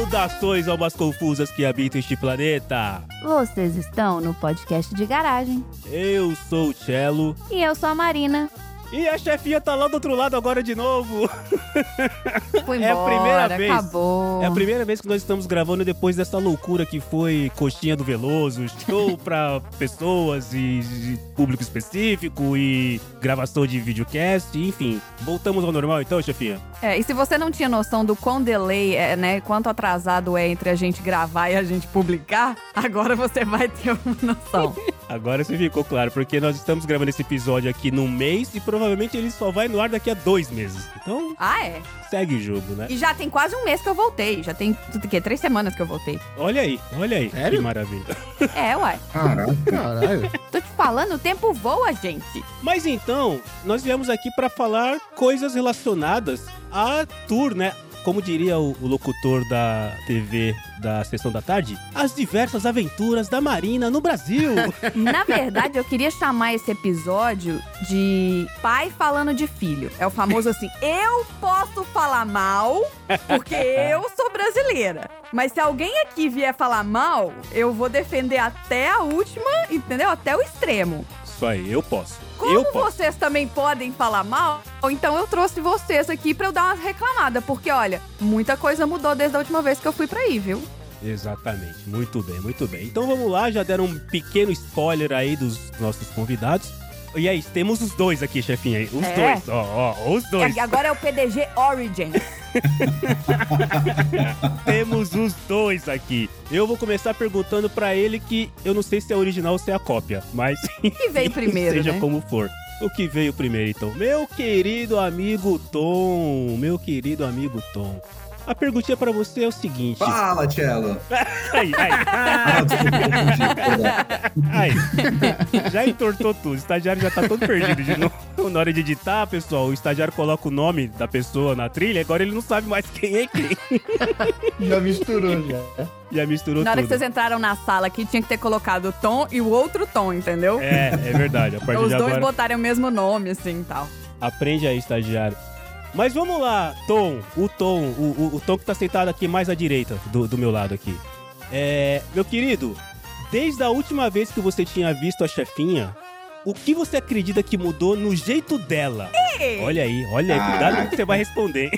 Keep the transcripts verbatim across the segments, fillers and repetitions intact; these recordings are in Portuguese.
Saudações almas confusas que habitam este planeta. Vocês estão no podcast de garagem. Eu sou o Cello. E eu sou a Marina. E a chefinha tá lá do outro lado agora de novo. Foi embora, é a primeira vez. Acabou. É a primeira vez que nós estamos gravando depois dessa loucura que foi Coxinha do Veloso, show pra pessoas e, e público específico e gravação de videocast, enfim. Voltamos ao normal então, chefinha? É, e se você não tinha noção do quão delay é, né, quanto atrasado é entre a gente gravar e a gente publicar, agora você vai ter uma noção. Agora você ficou claro, porque nós estamos gravando esse episódio aqui num mês e provavelmente ele só vai no ar daqui a dois meses. Então, Ah, é? segue o jogo, né? E já tem quase um mês que eu voltei. Já tem, o quê? Três semanas que eu voltei. Olha aí, olha aí. Sério? Que maravilha. É, uai. Caraca, caralho. Tô te falando, o tempo voa, gente. Mas então, nós viemos aqui pra falar coisas relacionadas à tour, né? Como diria o, o locutor da T V da Sessão da Tarde, as diversas aventuras da Marina no Brasil. Na verdade, eu queria chamar esse episódio de pai falando de filho. É o famoso assim, eu posso falar mal porque eu sou brasileira. Mas se alguém aqui vier falar mal, eu vou defender até a última, entendeu? Até o extremo. Isso aí, eu posso. Como eu posso. vocês também podem falar mal, então eu trouxe vocês aqui pra eu dar uma reclamada. Porque, olha, muita coisa mudou desde a última vez que eu fui pra aí, viu? Exatamente, muito bem, muito bem. Então vamos lá, já deram um pequeno spoiler aí dos nossos convidados. E aí, temos os dois aqui, chefinha. Os É. dois, ó, ó, os dois. E agora é o P D G Origin. Temos os dois aqui. Eu vou começar perguntando pra ele que eu não sei se é original ou se é a cópia, mas Que veio primeiro, seja né? como for. O que veio primeiro, então? Meu querido amigo Tom, meu querido amigo Tom. A perguntinha pra você é o seguinte. Fala, Cello. Aí, aí, Ah, desculpa, eu confundi, perdão. aí. Já entortou tudo. O estagiário já tá todo perdido de novo. Na hora de editar, pessoal, o estagiário coloca o nome da pessoa na trilha, agora ele não sabe mais quem é quem. Já misturou, já. Já misturou Na hora tudo. que vocês entraram na sala aqui, tinha que ter colocado o Tom e o outro Tom, entendeu? É, é verdade. A partir Os de dois agora, botarem o mesmo nome, assim, e tal. aprende aí, estagiário. Mas vamos lá, Tom. O Tom, o, o, o Tom que tá sentado aqui mais à direita do, do meu lado aqui. É, meu querido, desde a última vez que você tinha visto a chefinha, o que você acredita que mudou no jeito dela? Ei! Olha aí, olha aí, cuidado com o que você vai responder.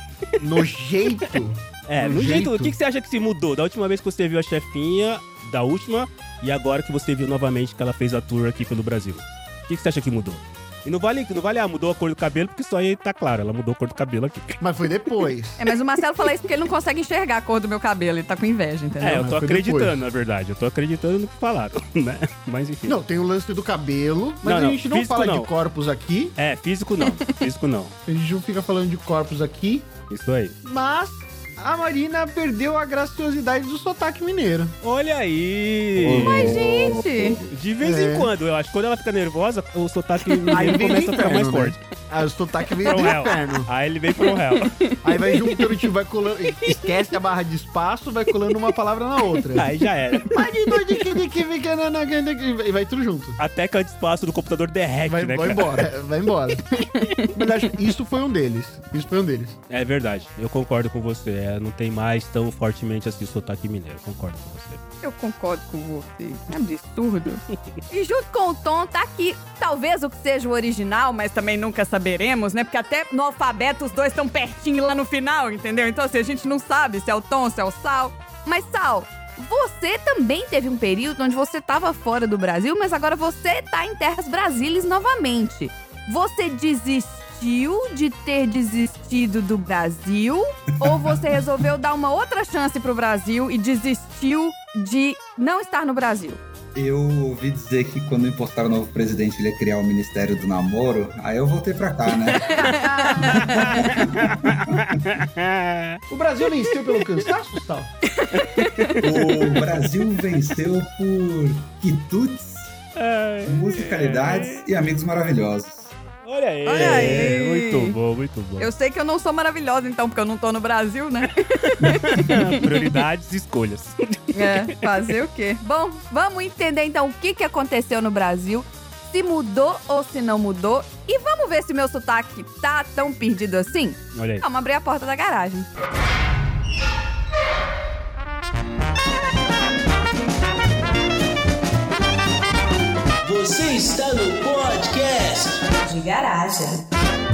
No jeito. É, no, No jeito, jeito. o que, que você acha que se mudou? Da última vez que você viu a chefinha, da última, e agora que você viu novamente que ela fez a tour aqui pelo Brasil. O que, que você acha que mudou? E não vale, não vale, ah, mudou a cor do cabelo, porque só aí tá claro, ela mudou a cor do cabelo aqui. Mas foi depois. É, mas o Marcelo fala isso porque ele não consegue enxergar a cor do meu cabelo. Ele tá com inveja, entendeu? É, eu mas tô foi acreditando, depois. na verdade. Eu tô acreditando no que falaram, né? Mas enfim. Não, tem o lance do cabelo, mas Não, não, a gente não físico fala não. de corpos aqui. É, físico não. Físico não. A gente não fica falando de corpos aqui. Isso aí. Mas a Marina perdeu a graciosidade do sotaque mineiro. Olha aí! Mas, gente... De vez É. em quando, eu acho que quando ela fica nervosa, o sotaque Aí mineiro vem começa do a ficar mais inferno, né? forte. Ah, o sotaque veio do From hell. inferno. Aí ele vem pro réu. Aí vai juntando, tipo, vai colando. Esquece a barra de espaço, vai colando uma palavra na outra. Aí já era. Mas de dois de que de que fica na- na- na- E vai tudo junto. A tecla de espaço do computador derrete, Vai, né, vai cara? embora, vai embora. Mas acho que isso foi um deles. Isso foi um deles. É verdade, eu concordo com você. É, não tem mais tão fortemente assim o sotaque mineiro. Concordo com você. Eu concordo com você. É absurdo. E junto com o Tom, tá aqui. Talvez o que seja o original, mas também nunca saberemos, né? Porque até no alfabeto os dois estão pertinho lá no final, entendeu? Então, assim, a gente não sabe se é o Tom, se é o Sal. Mas, Sal, você também teve um período onde você tava fora do Brasil, mas agora você tá em terras brasileiras novamente. Você desistiu de ter desistido do Brasil? Ou você resolveu dar uma outra chance pro Brasil e desistiu de não estar no Brasil? Eu ouvi dizer que quando impostaram o novo presidente ele ia criar o Ministério do Namoro, aí eu voltei pra cá, né? O Brasil venceu pelo cansaço, Sal? O Brasil venceu por quitutes, musicalidades e amigos maravilhosos. Olha aí. Olha aí. Muito bom, muito bom. Eu sei que eu não sou maravilhosa, então, porque eu não tô no Brasil, né? Prioridades e escolhas. É, fazer o quê? Bom, vamos entender, então, o que, que aconteceu no Brasil, se mudou ou se não mudou, e vamos ver se meu sotaque tá tão perdido assim? Olha aí. Vamos abrir a porta da garagem. Você está no podcast de garagem.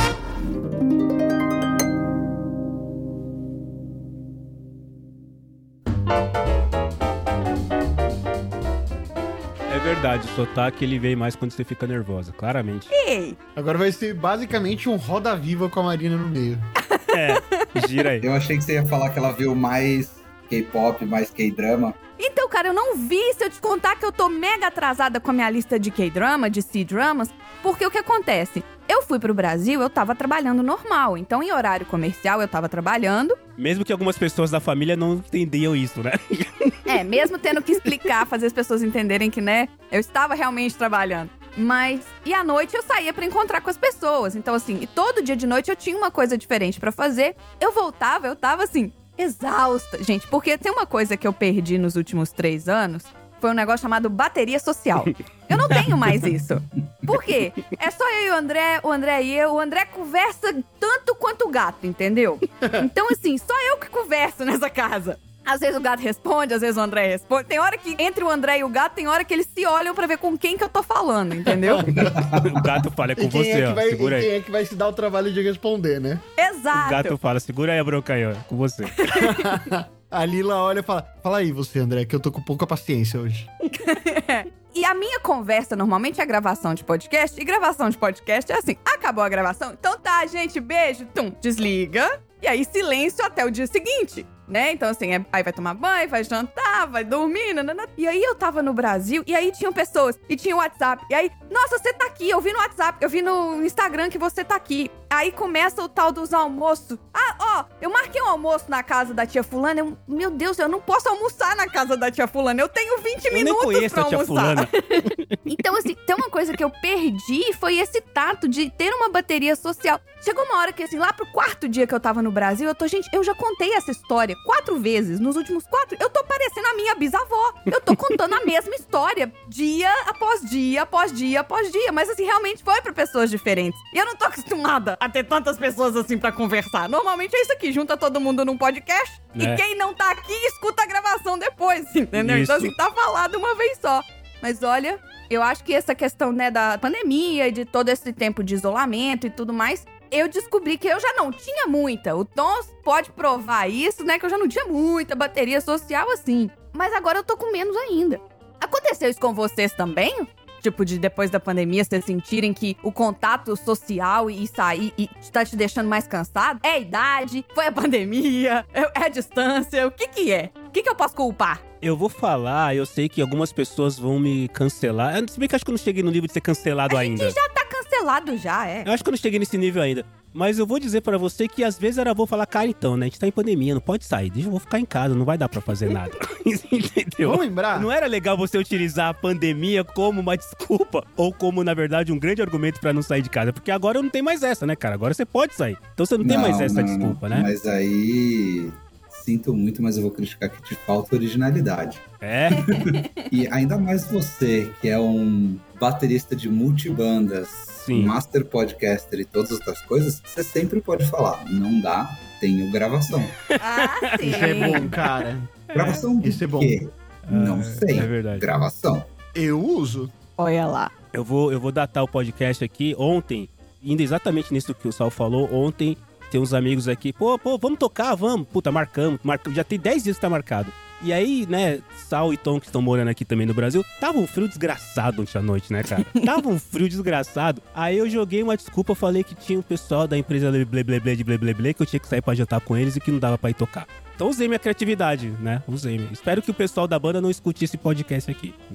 É verdade, o sotaque ele vem mais quando você fica nervosa, claramente. Ei! Agora vai ser basicamente um Roda Viva com a Marina no meio. É, gira aí. Eu achei que você ia falar que ela viu mais K-pop, mais K-drama. Então, cara, eu não vi. Se eu te contar que eu tô mega atrasada com a minha lista de K-drama, de C-dramas, porque o que acontece? Eu fui pro Brasil, eu tava trabalhando normal. Então, em horário comercial, eu tava trabalhando. Mesmo que algumas pessoas da família não entendiam isso, né? É, mesmo tendo que explicar, fazer as pessoas entenderem que, né, eu estava realmente trabalhando. Mas, e à noite eu saía pra encontrar com as pessoas. Então, assim, e todo dia de noite eu tinha uma coisa diferente pra fazer. Eu voltava, eu tava, assim, exausta. Gente, porque tem uma coisa que eu perdi nos últimos três anos, foi um negócio chamado bateria social. Eu não tenho mais isso. Por quê? É só eu e o André, o André e eu. O André conversa tanto quanto o gato, entendeu? Então, assim, só eu que converso nessa casa. Às vezes o gato responde, às vezes o André responde. Tem hora que, entre o André e o gato, tem hora que eles se olham pra ver com quem que eu tô falando, entendeu? O gato fala, é com E quem você, é que ó, vai, segura e aí. quem é que vai se dar o trabalho de responder, né? Exato. O gato fala, segura aí a bronca aí, ó, com você. A Lila olha e fala, fala aí você, André, que eu tô com pouca paciência hoje. E a minha conversa, normalmente, é gravação de podcast. E gravação de podcast é assim, acabou a gravação? Então tá, gente, beijo, tum, desliga. E aí, silêncio até o dia seguinte, né? Então, assim, é, aí vai tomar banho, vai jantar, vai dormir, nanana. E aí, eu tava no Brasil, e aí tinham pessoas, e tinha o WhatsApp. E aí, nossa, você tá aqui, eu vi no WhatsApp, eu vi no Instagram que você tá aqui. Aí começa o tal dos almoços. Ah, ó, eu marquei um almoço na casa da tia fulana. Eu, meu Deus, eu não posso almoçar na casa da tia fulana. Eu tenho vinte Eu nem minutos conheço pra a tia almoçar. fulana. Então, assim, tem uma coisa que eu perdi, foi esse tato de ter uma bateria social. Chegou uma hora que, assim, lá pro quarto dia que eu tava no Brasil, eu tô, gente, eu já contei essa história quatro vezes. Nos últimos quatro, eu tô parecendo a minha bisavó. Eu tô contando a mesma história, dia após dia, após dia, após dia. Mas, assim, realmente foi pra pessoas diferentes. E eu não tô acostumada a ter tantas pessoas assim pra conversar. Normalmente é isso aqui, junta todo mundo num podcast. É. E quem não tá aqui, escuta a gravação depois, entendeu? Isso. Então, assim, tá falado uma vez só. Mas olha, eu acho que essa questão, né, da pandemia e de todo esse tempo de isolamento e tudo mais, eu descobri que eu já não tinha muita. O Tom pode provar isso, né, que eu já não tinha muita bateria social assim. Mas agora eu tô com menos ainda. Aconteceu isso com vocês também? Tipo, de depois da pandemia, vocês sentirem que o contato social e sair e tá te deixando mais cansado? É a idade? Foi a pandemia? É a distância? O que que é? O que que eu posso culpar? Eu vou falar, eu sei que algumas pessoas vão me cancelar. Se bem que eu acho que eu não cheguei no nível de ser cancelado ainda. Já tá cancelado já, é. Eu acho que eu não cheguei nesse nível ainda. Mas eu vou dizer pra você que às vezes era bom falar, cara, então, né? A gente tá em pandemia, não pode sair. Deixa eu vou ficar em casa, não vai dar pra fazer nada. Entendeu? Vamos lembrar? Não era legal você utilizar a pandemia como uma desculpa ou como, na verdade, um grande argumento pra não sair de casa. Porque agora não tem mais essa, né, cara? Agora você pode sair. Então você não tem mais essa não, desculpa, não. né? Mas aí... Sinto muito, mas eu vou criticar que te falta originalidade. É? E ainda mais você, que é um baterista de multibandas, Sim. master podcaster e todas as outras coisas, você sempre pode falar, não dá, tenho gravação. Ah, sim. Isso é bom, cara. Gravação do Isso é bom. quê? Não É, sei. é verdade. Gravação. Eu uso. Olha lá. Eu vou, eu vou datar o podcast aqui ontem, indo exatamente nisso que o Sal falou. Ontem tem uns amigos aqui, pô, pô, vamos tocar, vamos. Puta, marcamos, marcamos. Já tem dez dias que tá marcado. E aí, né, Sal e Tom, que estão morando aqui também no Brasil, tava um frio desgraçado ontem à noite, né, cara? Tava um frio desgraçado. Aí eu joguei uma desculpa, falei que tinha o pessoal da empresa Ble Ble Ble de Ble Ble Ble, que eu tinha que sair pra jantar com eles e que não dava pra ir tocar. Então usei minha criatividade, né? Usei. Espero que o pessoal da banda não escute esse podcast aqui, né?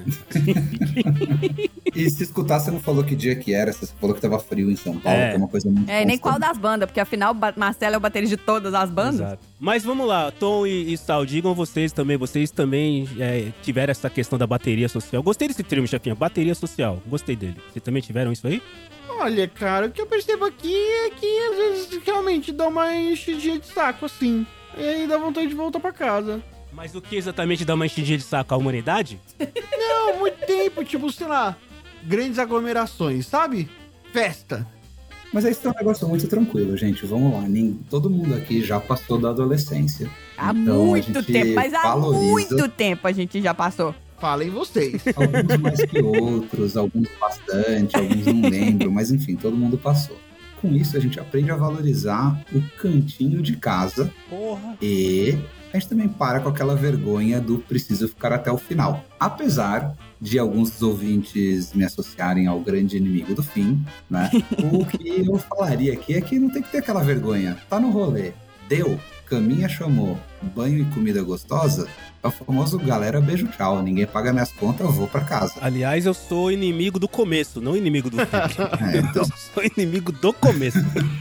E se escutar, você não falou que dia que era, você falou que tava frio em São Paulo, É. que é uma coisa muito É, nem qual constante. das bandas, porque afinal o Marcelo é o baterista de todas as bandas. Exato. Mas vamos lá, Tom e, e Sal, digam vocês também, vocês também é, tiveram essa questão da bateria social. Gostei desse termo, chefinha, bateria social, gostei dele. Vocês também tiveram isso aí? Olha, cara, o que eu percebo aqui é que às vezes realmente dá uma enchidinha de saco, assim. E aí dá vontade de voltar pra casa. Mas o que exatamente dá uma enchidinha de saco? A humanidade? Não, muito tempo, tipo, sei lá, grandes aglomerações, sabe? Festa. Mas esse é um negócio muito tranquilo, gente. Vamos lá. Nem, todo mundo aqui já passou da adolescência. Há Então, a muito gente tempo, mas há valoriza. muito tempo a gente já passou. Falem vocês. Alguns mais que outros, alguns bastante, alguns não lembram, mas enfim, todo mundo passou. Com isso, a gente aprende a valorizar o cantinho de casa. Porra. E a gente também para com aquela vergonha do preciso ficar até o final. Apesar de alguns dos ouvintes me associarem ao grande inimigo do fim, né? O que eu falaria aqui é que não tem que ter aquela vergonha. Tá no rolê, deu, caminha chamou, banho e comida gostosa, é o famoso galera beijo tchau, ninguém paga minhas contas, eu vou pra casa. Aliás, eu sou inimigo do começo, não inimigo do fim. É, então. Eu sou inimigo do começo.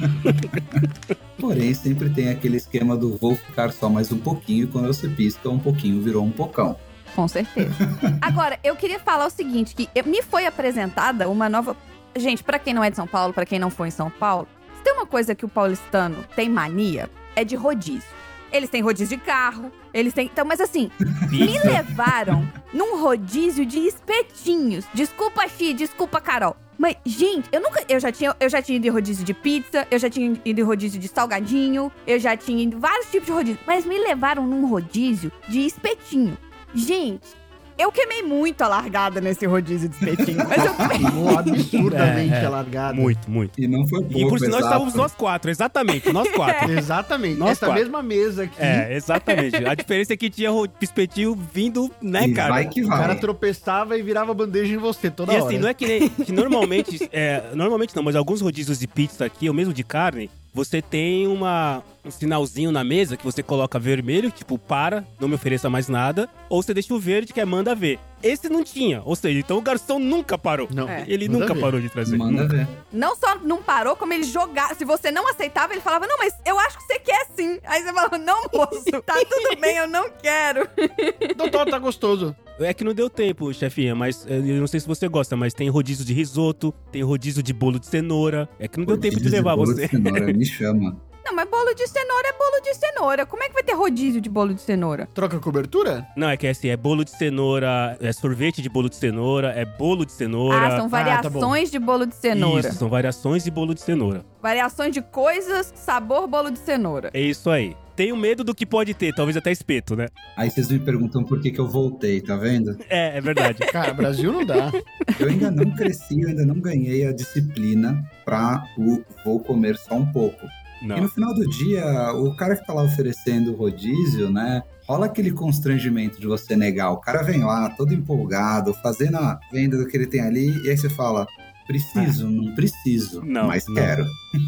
Porém, sempre tem aquele esquema do vou ficar só mais um pouquinho e quando você pisca, um pouquinho virou um pocão. Com certeza. Agora, eu queria falar o seguinte, que eu- me foi apresentada uma nova... Gente, pra quem não é de São Paulo, pra quem não foi em São Paulo, se tem uma coisa que o paulistano tem mania, é de rodízio. Eles têm rodízio de carro, eles têm... Então, mas assim, me levaram num rodízio de espetinhos. Desculpa, Xi, desculpa, Carol. Mas, gente, eu nunca... Eu já tinha, eu já tinha ido em rodízio de pizza, eu já tinha ido em rodízio de salgadinho, eu já tinha ido em vários tipos de rodízio. Mas me levaram num rodízio de espetinho. Gente, eu queimei muito a largada nesse rodízio de espetinho. Mas eu Oh, absurdamente É, é. alargado. Muito, muito. E não foi pouco, E por sinal exato. estávamos nós quatro, exatamente, nós quatro. Exatamente. Nós Essa quatro. mesma mesa aqui. É, exatamente. A diferença é que tinha ro- espetinho vindo, né, E cara? vai que O vai. cara tropeçava e virava bandeja em você toda E hora. assim, não é que nem. Que normalmente. é, normalmente não, mas alguns rodízios de pizza aqui, ou mesmo de carne, você tem uma, um sinalzinho na mesa que você coloca vermelho, tipo, para, não me ofereça mais nada. Ou você deixa o verde, que é manda ver. Esse não tinha. Ou seja, então o garçom nunca parou. Não, É. Ele manda nunca ver. parou de trazer. Manda ver. não só não parou, como ele jogava. Se você não aceitava, ele falava, não, mas eu acho que você quer sim. Aí você falava, não, moço, tá tudo bem, eu não quero. Doutor, tá gostoso. É que não deu tempo, chefinha, mas é, eu não sei se você gosta, mas tem rodízio de risoto, tem rodízio de bolo de cenoura. É que não deu tempo de Rodízio levar bolo você. de cenoura, me chama. Não, mas bolo de cenoura é bolo de cenoura. Como é que vai ter rodízio de bolo de cenoura? Troca a cobertura? Não, é que é assim, é bolo de cenoura, é sorvete de bolo de cenoura, é bolo de cenoura. Ah, são tá variações de bolo de cenoura. Isso, são variações de bolo de cenoura. Variações de coisas, sabor bolo de cenoura. É isso aí. Tenho medo do que pode ter, talvez até espeto, né? Aí vocês me perguntam por que que eu voltei, tá vendo? É, é verdade. Cara, Brasil não dá. Eu ainda não cresci, eu ainda não ganhei a disciplina pra o vou comer só um pouco. E no Não. final do dia, o cara que tá lá oferecendo o rodízio, né? Rola aquele constrangimento de você negar. O cara vem lá, todo empolgado, fazendo a venda do que ele tem ali, e aí você fala, preciso, não preciso, Não, mas não. quero.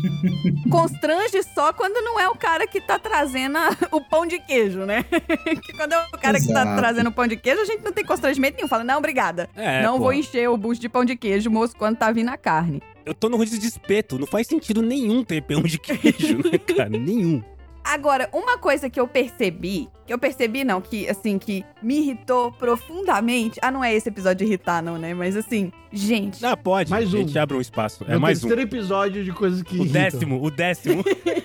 Constrange só quando não é o cara que tá trazendo a- o pão de queijo, né? Que quando é o cara que tá Exato. trazendo o pão de queijo, a gente não tem constrangimento nenhum. Fala, não, obrigada. É, não pô. vou encher o bucho de pão de queijo, moço, quando tá vindo a carne. Eu tô no rodízio de espeto, não faz sentido nenhum ter pão de queijo, né, cara? Nenhum. Agora, uma coisa que eu percebi, que eu percebi não, que assim, que me irritou profundamente. Ah, não é esse episódio de irritar, não, né? Mas assim, gente. Ah, pode. Mais A um. gente abre um espaço. É No mais um. terceiro episódio de coisas que O irritam. décimo, o décimo.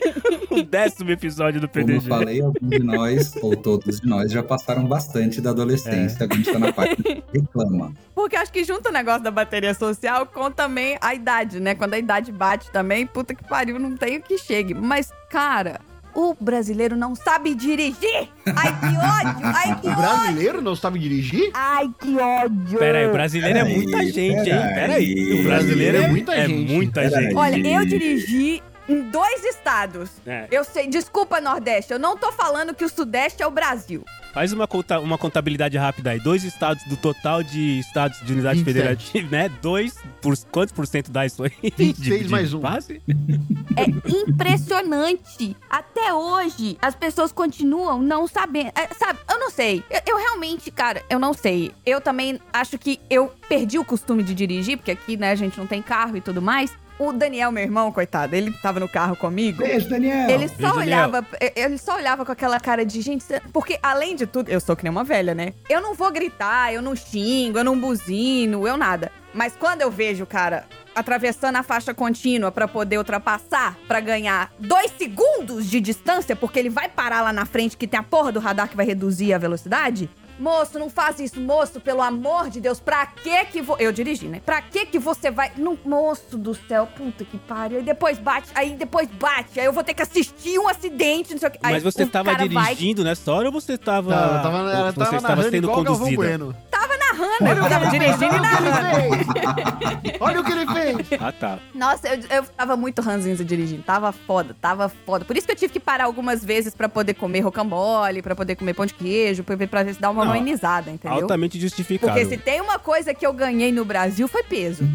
O décimo episódio do Como eu P D G. falei, alguns de nós, ou todos de nós, já passaram bastante da adolescência. A gente tá na parte que reclama. Porque acho que junta o negócio da bateria social com também a idade, né? Quando a idade bate também, puta que pariu, não tem o que chegue. Mas, cara, o brasileiro não sabe dirigir! Ai, que ódio! Ai, que O ódio! brasileiro não sabe dirigir? Ai, que ódio! Pera aí, o brasileiro é Peraí, muita gente, hein? peraí. Pera aí. O brasileiro é muita É gente. muita É muita Peraí. gente. Olha, eu dirigi em dois estados. É. Eu sei, desculpa, Nordeste, eu não tô falando que o Sudeste é o Brasil. Faz uma, conta, uma contabilidade rápida aí. Dois estados do total de estados de unidade vinte e sete. federativa, né? Dois, por, quantos por cento dá isso aí? vinte e seis De- de mais um. base? É impressionante. Até hoje, as pessoas continuam não sabendo. É, sabe, eu não sei. Eu, eu realmente, cara, eu não sei. Eu também acho que eu perdi o costume de dirigir, porque aqui, né, a gente não tem carro e tudo mais. O Daniel, meu irmão, coitado, ele tava no carro comigo. Beijo, Daniel! Ele só Beijo, olhava, ele só olhava com aquela cara de gente, cê- porque além de tudo, eu sou que nem uma velha, né? Eu não vou gritar, eu não xingo, eu não buzino, eu nada. Mas quando eu vejo o cara atravessando a faixa contínua pra poder ultrapassar, pra ganhar dois segundos de distância, porque ele vai parar lá na frente que tem a porra do radar que vai reduzir a velocidade. Moço, não faz isso, moço, pelo amor de Deus, pra que que vo... Eu dirigi, né? Pra que que você vai... Não... Moço do céu, puta que pariu. Aí depois bate, aí depois bate, aí eu vou ter que assistir um acidente, não sei o que. Aí Mas você o tava cara vai- dirigindo nessa hora ou você tava... Tava, tava, ou ela você tava estava narrando sendo igual o Galvão conduzida? Bueno. Tava narrando, eu tava dirigindo e narrando. Olha o que ele fez! Ah, tá. Nossa, eu, eu tava muito ranzinza dirigindo. Tava foda, tava foda. Por isso que eu tive que parar algumas vezes pra poder comer rocambole, pra poder comer pão de queijo, pra ver pra ver se dá uma Não, amenizada, entendeu? Altamente justificável. Porque se tem uma coisa que eu ganhei no Brasil, foi peso.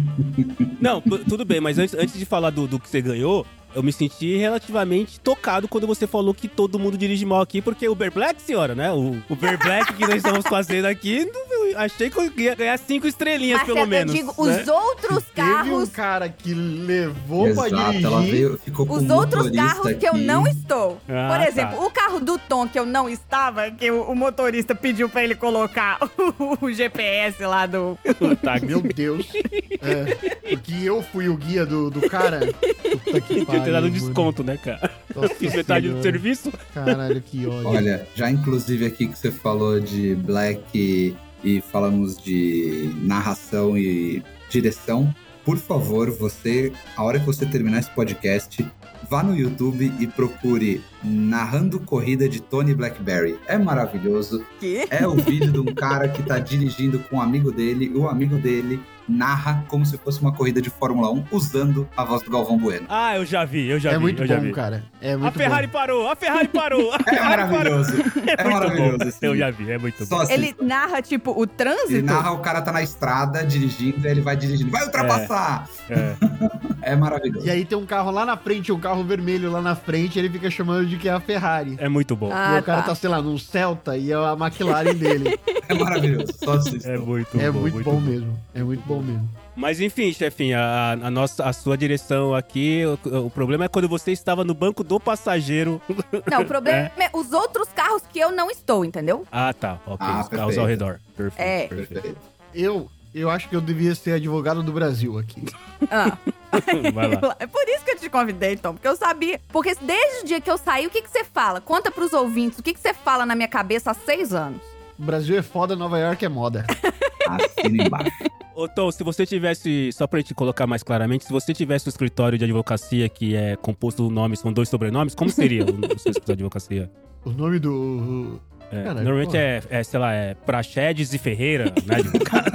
Não, p- tudo bem, mas antes, antes de falar do, do que você ganhou, eu me senti relativamente tocado quando você falou que todo mundo dirige mal aqui, porque o Uber Black, senhora, né? O o Uber Black que nós estamos fazendo aqui, não- eu achei que eu ia ganhar cinco estrelinhas, Mas pelo eu menos. digo, né? os outros Teve um carros... cara que levou pra Exato, dirigir. ela veio, ficou com Os um outros motorista carros que eu aqui. não estou. Ah, Por tá. exemplo, o carro do Tom que eu não estava, que o, o motorista pediu pra ele colocar o, o G P S lá do... Tá, Meu Deus. É, porque eu fui o guia do, do cara. Puta que Tinha ter dado um pariu, desconto, né, cara? mano. Fiz metade do Nossa serviço. Senhora. Caralho, que ódio. Olha, já inclusive aqui que você falou de Black e, e falamos de narração e direção, por favor, você, a hora que você terminar esse podcast, vá no YouTube e procure Narrando Corrida de Tony Blackberry. É maravilhoso. Quê? É o vídeo de um cara que tá dirigindo com um amigo dele, e o amigo dele narra como se fosse uma corrida de Fórmula um, usando a voz do Galvão Bueno. Ah, eu já vi, eu já É vi, muito eu já bom, vi. cara. É A muito Ferrari bom. parou, a Ferrari parou, a É Ferrari maravilhoso. parou. É muito maravilhoso. bom. esse Eu vídeo. já vi, é muito Só bom. assim. Ele narra, tipo, o trânsito? Ele narra, o cara tá na estrada dirigindo, e ele vai dirigindo. Vai ultrapassar! É. É, maravilhoso. E aí tem um carro lá na frente, um carro vermelho lá na frente, ele fica chamando de que é a Ferrari. É muito bom. Ah, e o cara tá. tá, sei lá, num Celta e é a McLaren dele. É maravilhoso. Só assistam. É muito é bom. muito, bom, mesmo. É muito bom mesmo. Mas enfim, chefinha, a, a, nossa, a sua direção aqui, o, o problema é quando você estava no banco do passageiro. Não, o problema é. os outros carros que eu não estou, entendeu? Ah, tá. Ok, Ah, os carros ao perfeito. redor. Perfeito, É. perfeito. Perfeito. Eu, eu acho que eu devia ser advogado do Brasil aqui. Ah. Vai lá. É por isso que eu te convidei, Tom, porque eu sabia. Porque desde o dia que eu saí, o que, que você fala? Conta pros ouvintes, o que, que você fala na minha cabeça há seis anos? O Brasil é foda, Nova York é moda. Assina embaixo. Ô, Tom, se você tivesse, só pra te colocar mais claramente, se você tivesse um escritório de advocacia que é composto do nome, são dois sobrenomes, como seria o, o seu escritório de advocacia? O nome do... É, Caralho, normalmente pô. é, é, sei lá, é Praxedes e Ferreira, né, advogado?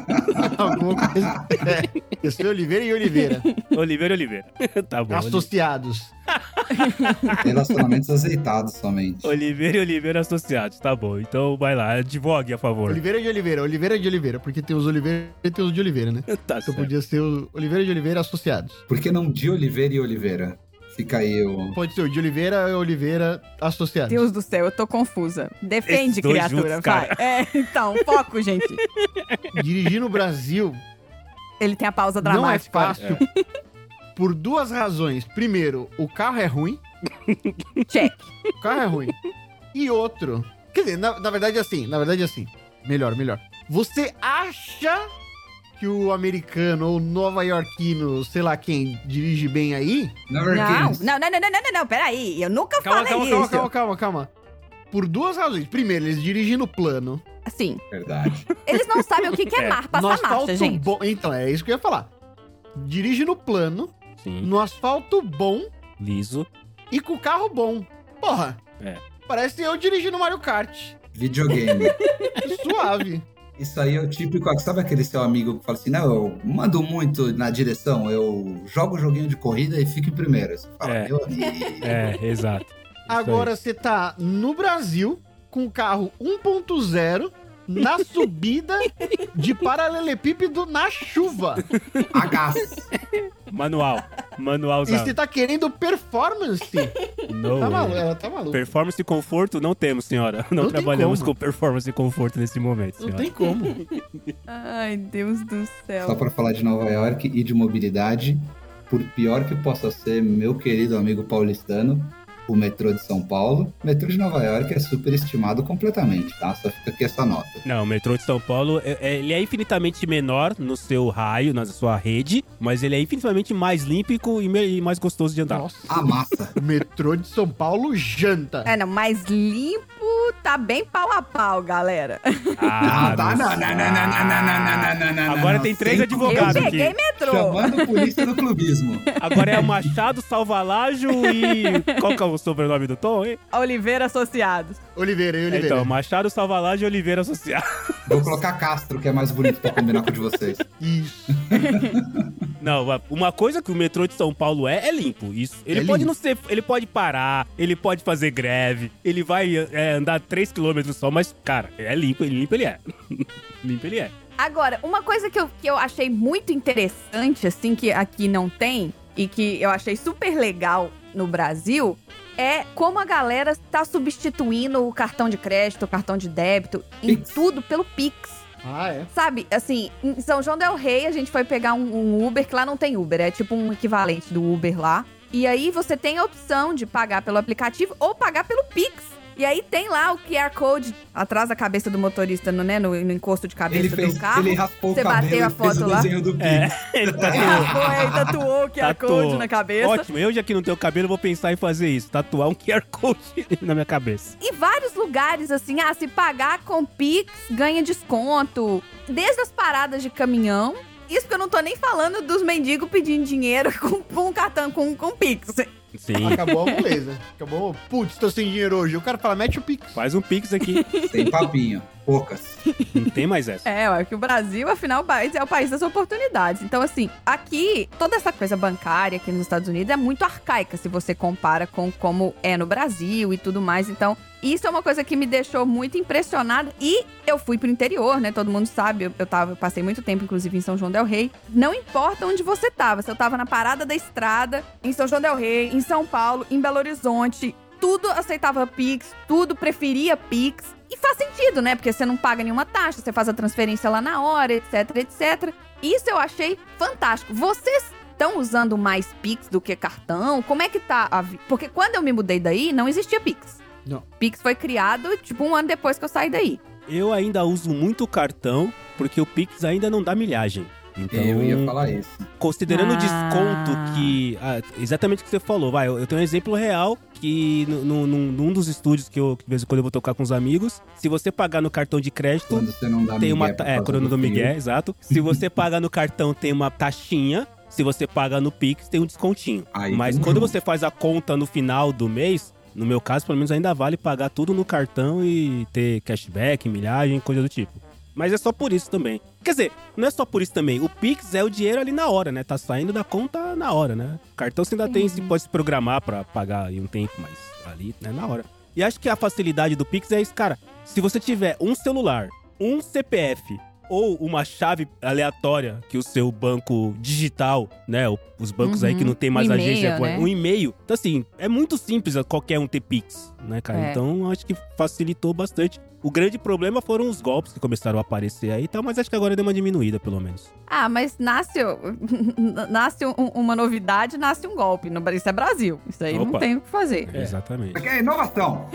Alguma coisa. É, eu sou Oliveira e Oliveira. Oliveira e Oliveira. Tá bom. Oli- Associados. Relacionamentos azeitados somente. Oliveira e Oliveira associados, tá bom. Então vai lá, advogue a favor. Oliveira de Oliveira, Oliveira de Oliveira, porque tem os Oliveira e tem os de Oliveira, né? Tá Então certo. podia ser o Oliveira de Oliveira associados. Por que não de Oliveira e Oliveira? Fica aí o... Pode ser o de Oliveira e Oliveira associados. Deus do céu, eu tô confusa. Defende, Esses dois criatura, juntos, vai. cara. É, então, foco, gente. Dirigir no Brasil Ele tem a pausa não é dramática. fácil por duas razões. Primeiro, o carro é ruim. Check. O carro é ruim. E outro... Quer dizer, na, na verdade assim, na verdade assim. Melhor, melhor. Você acha que o americano ou nova-iorquino, sei lá quem, dirige bem aí? Never Não, Kings. não, não, não, não, não, não, não, peraí. Eu nunca Calma, falei calma, isso. calma, calma, calma, calma. Por duas razões. Primeiro, eles dirigem no plano. Assim, Verdade. eles não sabem o que, que é, É, mar, no passar asfalto marcha, gente. bom. Então, é isso que eu ia falar. Dirige no plano, Sim, no asfalto bom liso. e com o carro bom. Porra. É. Parece eu dirigindo Mario Kart. Videogame. Suave. Isso aí é o típico... Sabe aquele seu amigo que fala assim, não, eu mando muito na direção, eu jogo o joguinho de corrida e fico em primeiro. Você fala, É. meu amigo... É, exato. Isso Agora você tá no Brasil com o carro um ponto zero na subida de paralelepípedo na chuva. A gás. aí. Manual. E Manualzão. você tá querendo performance. No Tá way. maluco, ela tá maluca. Performance e conforto não temos, senhora. Não, Não tem trabalhamos como. com performance e conforto nesse momento, Não senhora. tem como. Ai, Deus do céu. Só pra falar de Nova York e de mobilidade, por pior que possa ser, meu querido amigo paulistano, o metrô de São Paulo, o metrô de Nova York é superestimado completamente, tá? Só fica aqui essa nota. Não, o metrô de São Paulo, é- é- ele é infinitamente menor no seu raio, na sua rede, mas ele é infinitamente mais límpico e, me- e mais gostoso de andar. Nossa. A massa. O metrô de São Paulo janta. É, não, mais limpo tá bem pau a pau, galera. Ah, Não, tá, não, não, não, não, não, não, não, não, não, não, Agora não, tem três sem- advogados Eu aqui. peguei metrô. Chamando a polícia do clubismo. Agora é o Machado, Salvalágio e... Qual que é o sobrenome do Tom, hein? Oliveira Associados. Oliveira, e Oliveira. Então, Machado, Salvalágio e Oliveira Associado. Vou colocar Castro, que é mais bonito pra combinar com o de vocês. Isso. Não, uma coisa que o metrô de São Paulo é, é limpo. Isso. Ele É pode limpo. não ser. Ele pode parar, ele pode fazer greve, ele vai é, andar três quilômetros só, mas, cara, é limpo, ele limpo ele é. Limpo ele é. Agora, uma coisa que eu, que eu achei muito interessante, assim, que aqui não tem, e que eu achei super legal no Brasil, é como a galera tá substituindo o cartão de crédito, o cartão de débito, em Pix. tudo pelo Pix. Ah, é? Sabe, assim, em São João del Rei, a gente foi pegar um, um Uber, que lá não tem Uber, é tipo um equivalente do Uber lá. E aí você tem a opção de pagar pelo aplicativo ou pagar pelo Pix. E aí tem lá o Q R Code atrás da cabeça do motorista, no, né, no, no encosto de cabeça Ele fez, do carro. ele raspou Você o cabelo bateu a e fez foto o lá? desenho do Pix. É, ele tá Ele raspou, aí tatuou o Q R Tatuou. Code na cabeça. Ótimo, eu já que não tenho cabelo, vou pensar em fazer isso. Tatuar um Q R Code na minha cabeça. Em vários lugares, assim, ah, se pagar com Pix, ganha desconto. Desde as paradas de caminhão. Isso porque eu não tô nem falando dos mendigos pedindo dinheiro com, com cartão, com, com Pix. Sim, Acabou a moleza. Acabou. Putz, tô sem dinheiro hoje. O cara fala, mete o Pix. faz um Pix aqui. Sem papinho. Poucas. Não tem mais essa. É, ué, que o Brasil, afinal, o país é o país das oportunidades. Então, assim, aqui, toda essa coisa bancária aqui nos Estados Unidos é muito arcaica se você compara com como é no Brasil e tudo mais. Então, isso é uma coisa que me deixou muito impressionada. E eu fui pro interior, né? Todo mundo sabe, eu, eu, tava, eu passei muito tempo, inclusive, em São João del Rei. Não importa onde você tava, se eu tava na parada da estrada, em São João del Rei, em São Paulo, em Belo Horizonte, tudo aceitava Pix, tudo preferia Pix. E faz sentido, né? Porque você não paga nenhuma taxa, você faz a transferência lá na hora, etc, etcétera. Isso eu achei fantástico. Vocês estão usando mais Pix do que cartão? Como é que tá a vi... Porque quando eu me mudei daí, não existia Pix. Não. Pix foi criado, tipo, um ano depois que eu saí daí. Eu ainda uso muito cartão, porque o Pix ainda não dá milhagem. Então, Eu ia falar isso. considerando o Ah. desconto que... ah, exatamente o que você falou, vai. Eu, eu tenho um exemplo real que no, no, num, num dos estúdios que eu, que de vez em quando eu vou tocar com os amigos, se você pagar no cartão de crédito, Quando você não dá tem migué uma... por ta- É, causa quando eu não dou do frio. migué, exato. Se você pagar no cartão, tem uma taxinha. Se você paga no Pix, tem um descontinho. Aí Mas tem um quando jogo. você faz a conta no final do mês, no meu caso, pelo menos ainda vale pagar tudo no cartão e ter cashback, milhagem, coisa do tipo. Mas é só por isso também. Quer dizer, não é só por isso também. O Pix é o dinheiro ali na hora, né? Tá saindo da conta na hora, né? Cartão você ainda tem, você pode se programar pra pagar em um tempo, mas ali, né, na hora. E acho que a facilidade do Pix é isso, cara. Se você tiver um celular, um C P F ou uma chave aleatória que o seu banco digital, né? o- Os bancos Uhum. aí que não tem mais Um agência, e-mail, né? um e-mail. Então, assim, é muito simples qualquer um ter Pix, né, cara? É. Então, acho que facilitou bastante. O grande problema foram os golpes que começaram a aparecer aí e tal, mas acho que agora deu uma diminuída, pelo menos. Ah, mas nasce, nasce um- uma novidade, nasce um golpe. No- Isso é Brasil. Isso aí não Opa. tem o que fazer. É, exatamente. Aqui é inovação.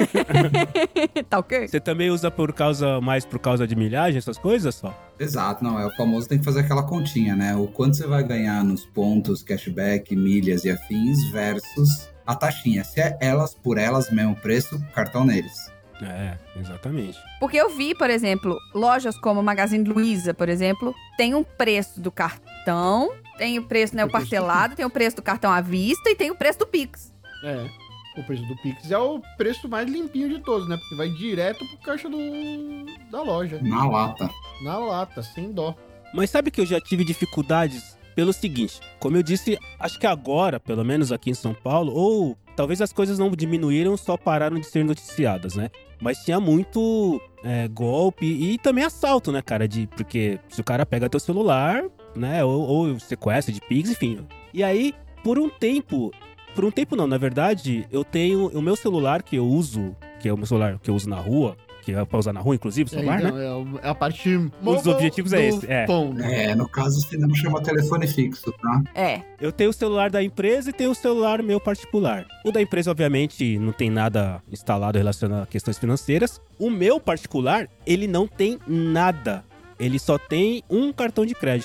Tá ok? Você também usa por causa, mais por causa de milhagem, essas coisas, só? Exato, não, é o famoso tem que fazer aquela continha, né? O quanto você vai ganhar nos pontos, cashback, milhas e afins versus a taxinha. Se é elas por elas, mesmo preço, cartão neles. É, exatamente. Porque eu vi, por exemplo, lojas como Magazine Luiza, por exemplo, tem um preço do cartão, tem o preço, né, o O preço do parcelado, tem o preço do cartão à vista e tem o preço do Pix. É. O preço do Pix é o preço mais limpinho de todos, né? Porque vai direto pro caixa do... da loja. Na lata. Na lata, sem dó. Mas sabe que eu já tive dificuldades pelo seguinte, como eu disse, acho que agora, pelo menos aqui em São Paulo, ou talvez as coisas não diminuíram, só pararam de ser noticiadas, né? Mas tinha muito é, golpe e também assalto, né, cara? De, porque se o cara pega teu celular, né, ou, ou sequestra de Pix, enfim. E aí, por um tempo, por um tempo não, na verdade, eu tenho o meu celular que eu uso, que é o meu celular que eu uso na rua, que é pra usar na rua, inclusive, o celular, é, né? então, é o- é a parte... Um dos mobile objetivos é do esse, é. phone. É, no caso, se não chama telefone fixo, tá? É. Eu tenho o celular da empresa e tenho o celular meu particular. O da empresa, obviamente, não tem nada instalado relacionado a questões financeiras. O meu particular, ele não tem nada. Ele só tem um cartão de crédito.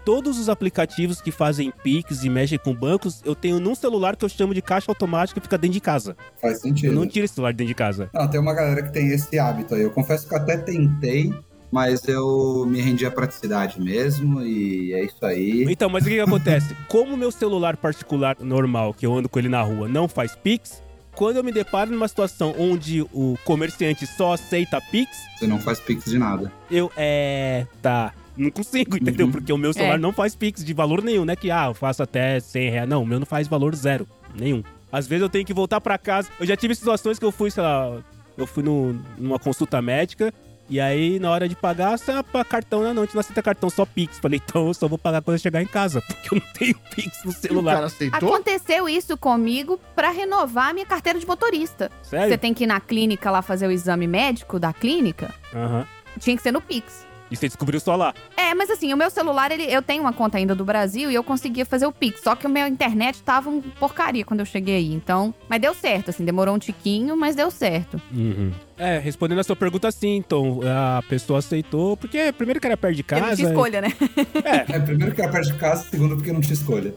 todos os aplicativos que fazem Pix e mexem com bancos, eu tenho num celular que eu chamo de caixa automática que fica dentro de casa. Faz sentido. Eu não tiro esse celular de dentro de casa. Não, tem uma galera que tem esse hábito aí. Eu confesso que eu até tentei, mas eu me rendi à praticidade mesmo e é isso aí. Então, mas o que, que acontece? Como o meu celular particular normal, que eu ando com ele na rua, não faz Pix, quando eu me deparo numa situação onde o comerciante só aceita Pix, Você não faz Pix de nada. eu, é... tá... Não consigo, entendeu? Uhum. Porque o meu celular É. não faz Pix de valor nenhum, né? Que, ah, eu faço até cem reais. Não, o meu não faz valor zero. Nenhum. Às vezes eu tenho que voltar pra casa. Eu já tive situações que eu fui, sei lá... Eu fui no, numa consulta médica... E aí, na hora de pagar, você para cartão, não, não, a gente não aceita cartão, só Pix. Falei, então eu só vou pagar quando eu chegar em casa, porque eu não tenho Pix no E o celular. cara aceitou? Aconteceu isso comigo pra renovar a minha carteira de motorista. Sério? Você tem que ir na clínica lá fazer o exame médico da clínica. Aham. Tinha que ser no Pix. E você descobriu só lá. É, mas assim, o meu celular, ele, eu tenho uma conta ainda do Brasil e eu conseguia fazer o Pix. Só que o meu internet tava um porcaria quando eu cheguei aí. Então, mas deu certo, assim, demorou um tiquinho, mas deu certo. Uhum. É, respondendo a sua pergunta, sim, então, a pessoa aceitou, porque primeiro que era perto de Porque casa. não tinha escolha, né? É, primeiro que era perto de casa, segundo porque não tinha escolha.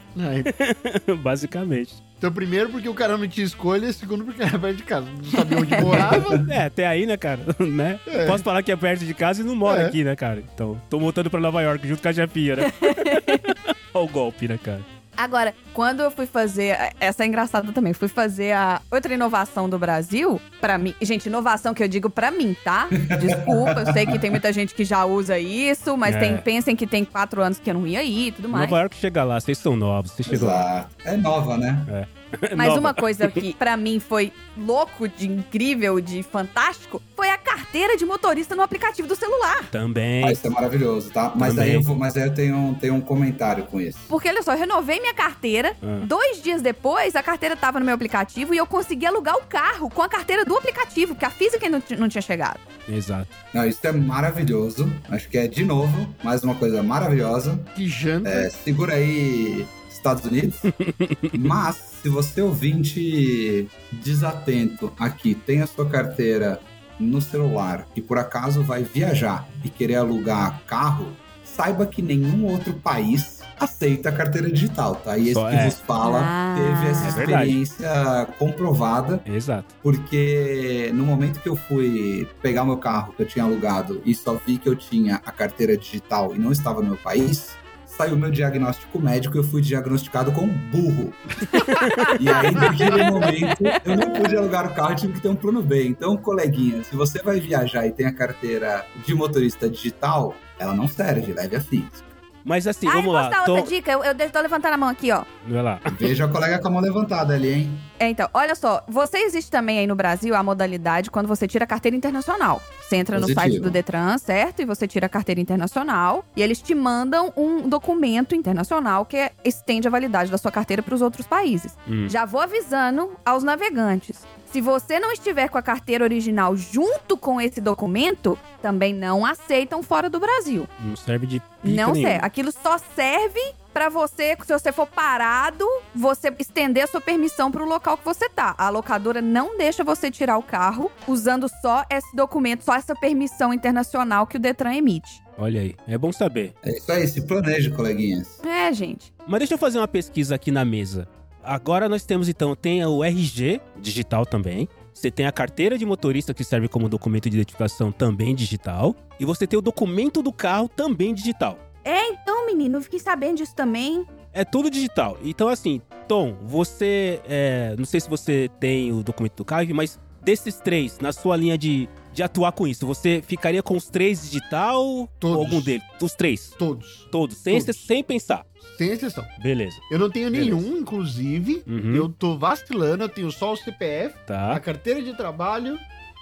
É. Basicamente. Então, primeiro porque o cara não tinha escolha, segundo porque era perto de casa. Não sabia onde morava. É, até aí, né, cara? né? É. Posso falar que é perto de casa e não moro É. aqui, né, cara? Então, tô voltando pra Nova York junto com a chefia, né? Olha o golpe, né, cara? Agora, quando eu fui fazer... Essa é engraçada também. Fui fazer a outra inovação do Brasil, pra mim... Gente, inovação que eu digo pra mim, tá? Desculpa, eu sei que tem muita gente que já usa isso, mas É. tem, pensem que tem quatro anos que eu não ia aí e tudo mais. Nova York chega lá, vocês são novos, vocês chegam lá. Exato. É nova, né? Mas Nova. uma coisa que pra mim foi louco, de incrível, de fantástico, foi a carteira de motorista no aplicativo do celular. Também. Ah, isso é maravilhoso, tá? Mas Também. aí eu, vou, mas aí eu tenho, tenho um comentário com isso. Porque, olha só, eu renovei minha carteira. Ah. Dois dias depois, a carteira tava no meu aplicativo e eu consegui alugar o carro com a carteira do aplicativo, porque a física ainda não ti- não tinha chegado. Exato. Não, isso é maravilhoso. Acho que é, de novo, mais uma coisa maravilhosa. Que janta. É, segura aí, Estados Unidos. Mas, se você ouvinte desatento aqui tem a sua carteira no celular e por acaso vai viajar e querer alugar carro, saiba que nenhum outro país aceita a carteira digital, tá? E esse Só que é. vos fala Ah, teve essa é verdade. experiência comprovada, Exato. porque no momento que eu fui pegar o meu carro que eu tinha alugado e só vi que eu tinha a carteira digital e não estava no meu país, saiu meu diagnóstico médico e eu fui diagnosticado como burro. E aí, naquele momento, eu não pude alugar o carro, eu tive que ter um plano B. Então, coleguinha, se você vai viajar e tem a carteira de motorista digital, ela não serve, leve a fixo. Mas assim, Ah, eu vamos posso lá. dar Tô... outra dica? Eu, eu tô levantando a mão aqui, ó. Vai lá. Veja a colega com a mão levantada ali, hein? É, então, olha só, você existe também aí no Brasil a modalidade quando você tira a carteira internacional. Você entra no Positivo. site do Detran, certo? E você tira a carteira internacional e eles te mandam um documento internacional que é- estende a validade da sua carteira para os outros países. Hum. Já vou avisando aos navegantes. Se você não estiver com a carteira original junto com esse documento, também não aceitam fora do Brasil. Não serve de pica Não nenhuma. serve. Aquilo só serve pra você, se você for parado, você estender a sua permissão pro local que você tá. A locadora não deixa você tirar o carro usando só esse documento, só essa permissão internacional que o Detran emite. Olha aí, é bom saber. É isso aí, se planeje, coleguinhas. É, gente. Mas deixa eu fazer uma pesquisa aqui na mesa. Agora nós temos, então, tem o R G digital também. Você tem a carteira de motorista que serve como documento de identificação também digital. E você tem o documento do carro também digital. É, então, menino, eu fiquei sabendo disso também. É tudo digital. Então, assim, Tom, você... é, não sei se você tem o documento do carro, mas desses três, na sua linha de, de atuar com isso, você ficaria com os três digital Todos. ou algum deles? Os três. Todos. Todos. Sem, Todos. sem pensar. Sem exceção. Beleza. Eu não tenho Beleza. nenhum, inclusive. Uhum. Eu tô vacilando, eu tenho só o C P F, a Tá. carteira de trabalho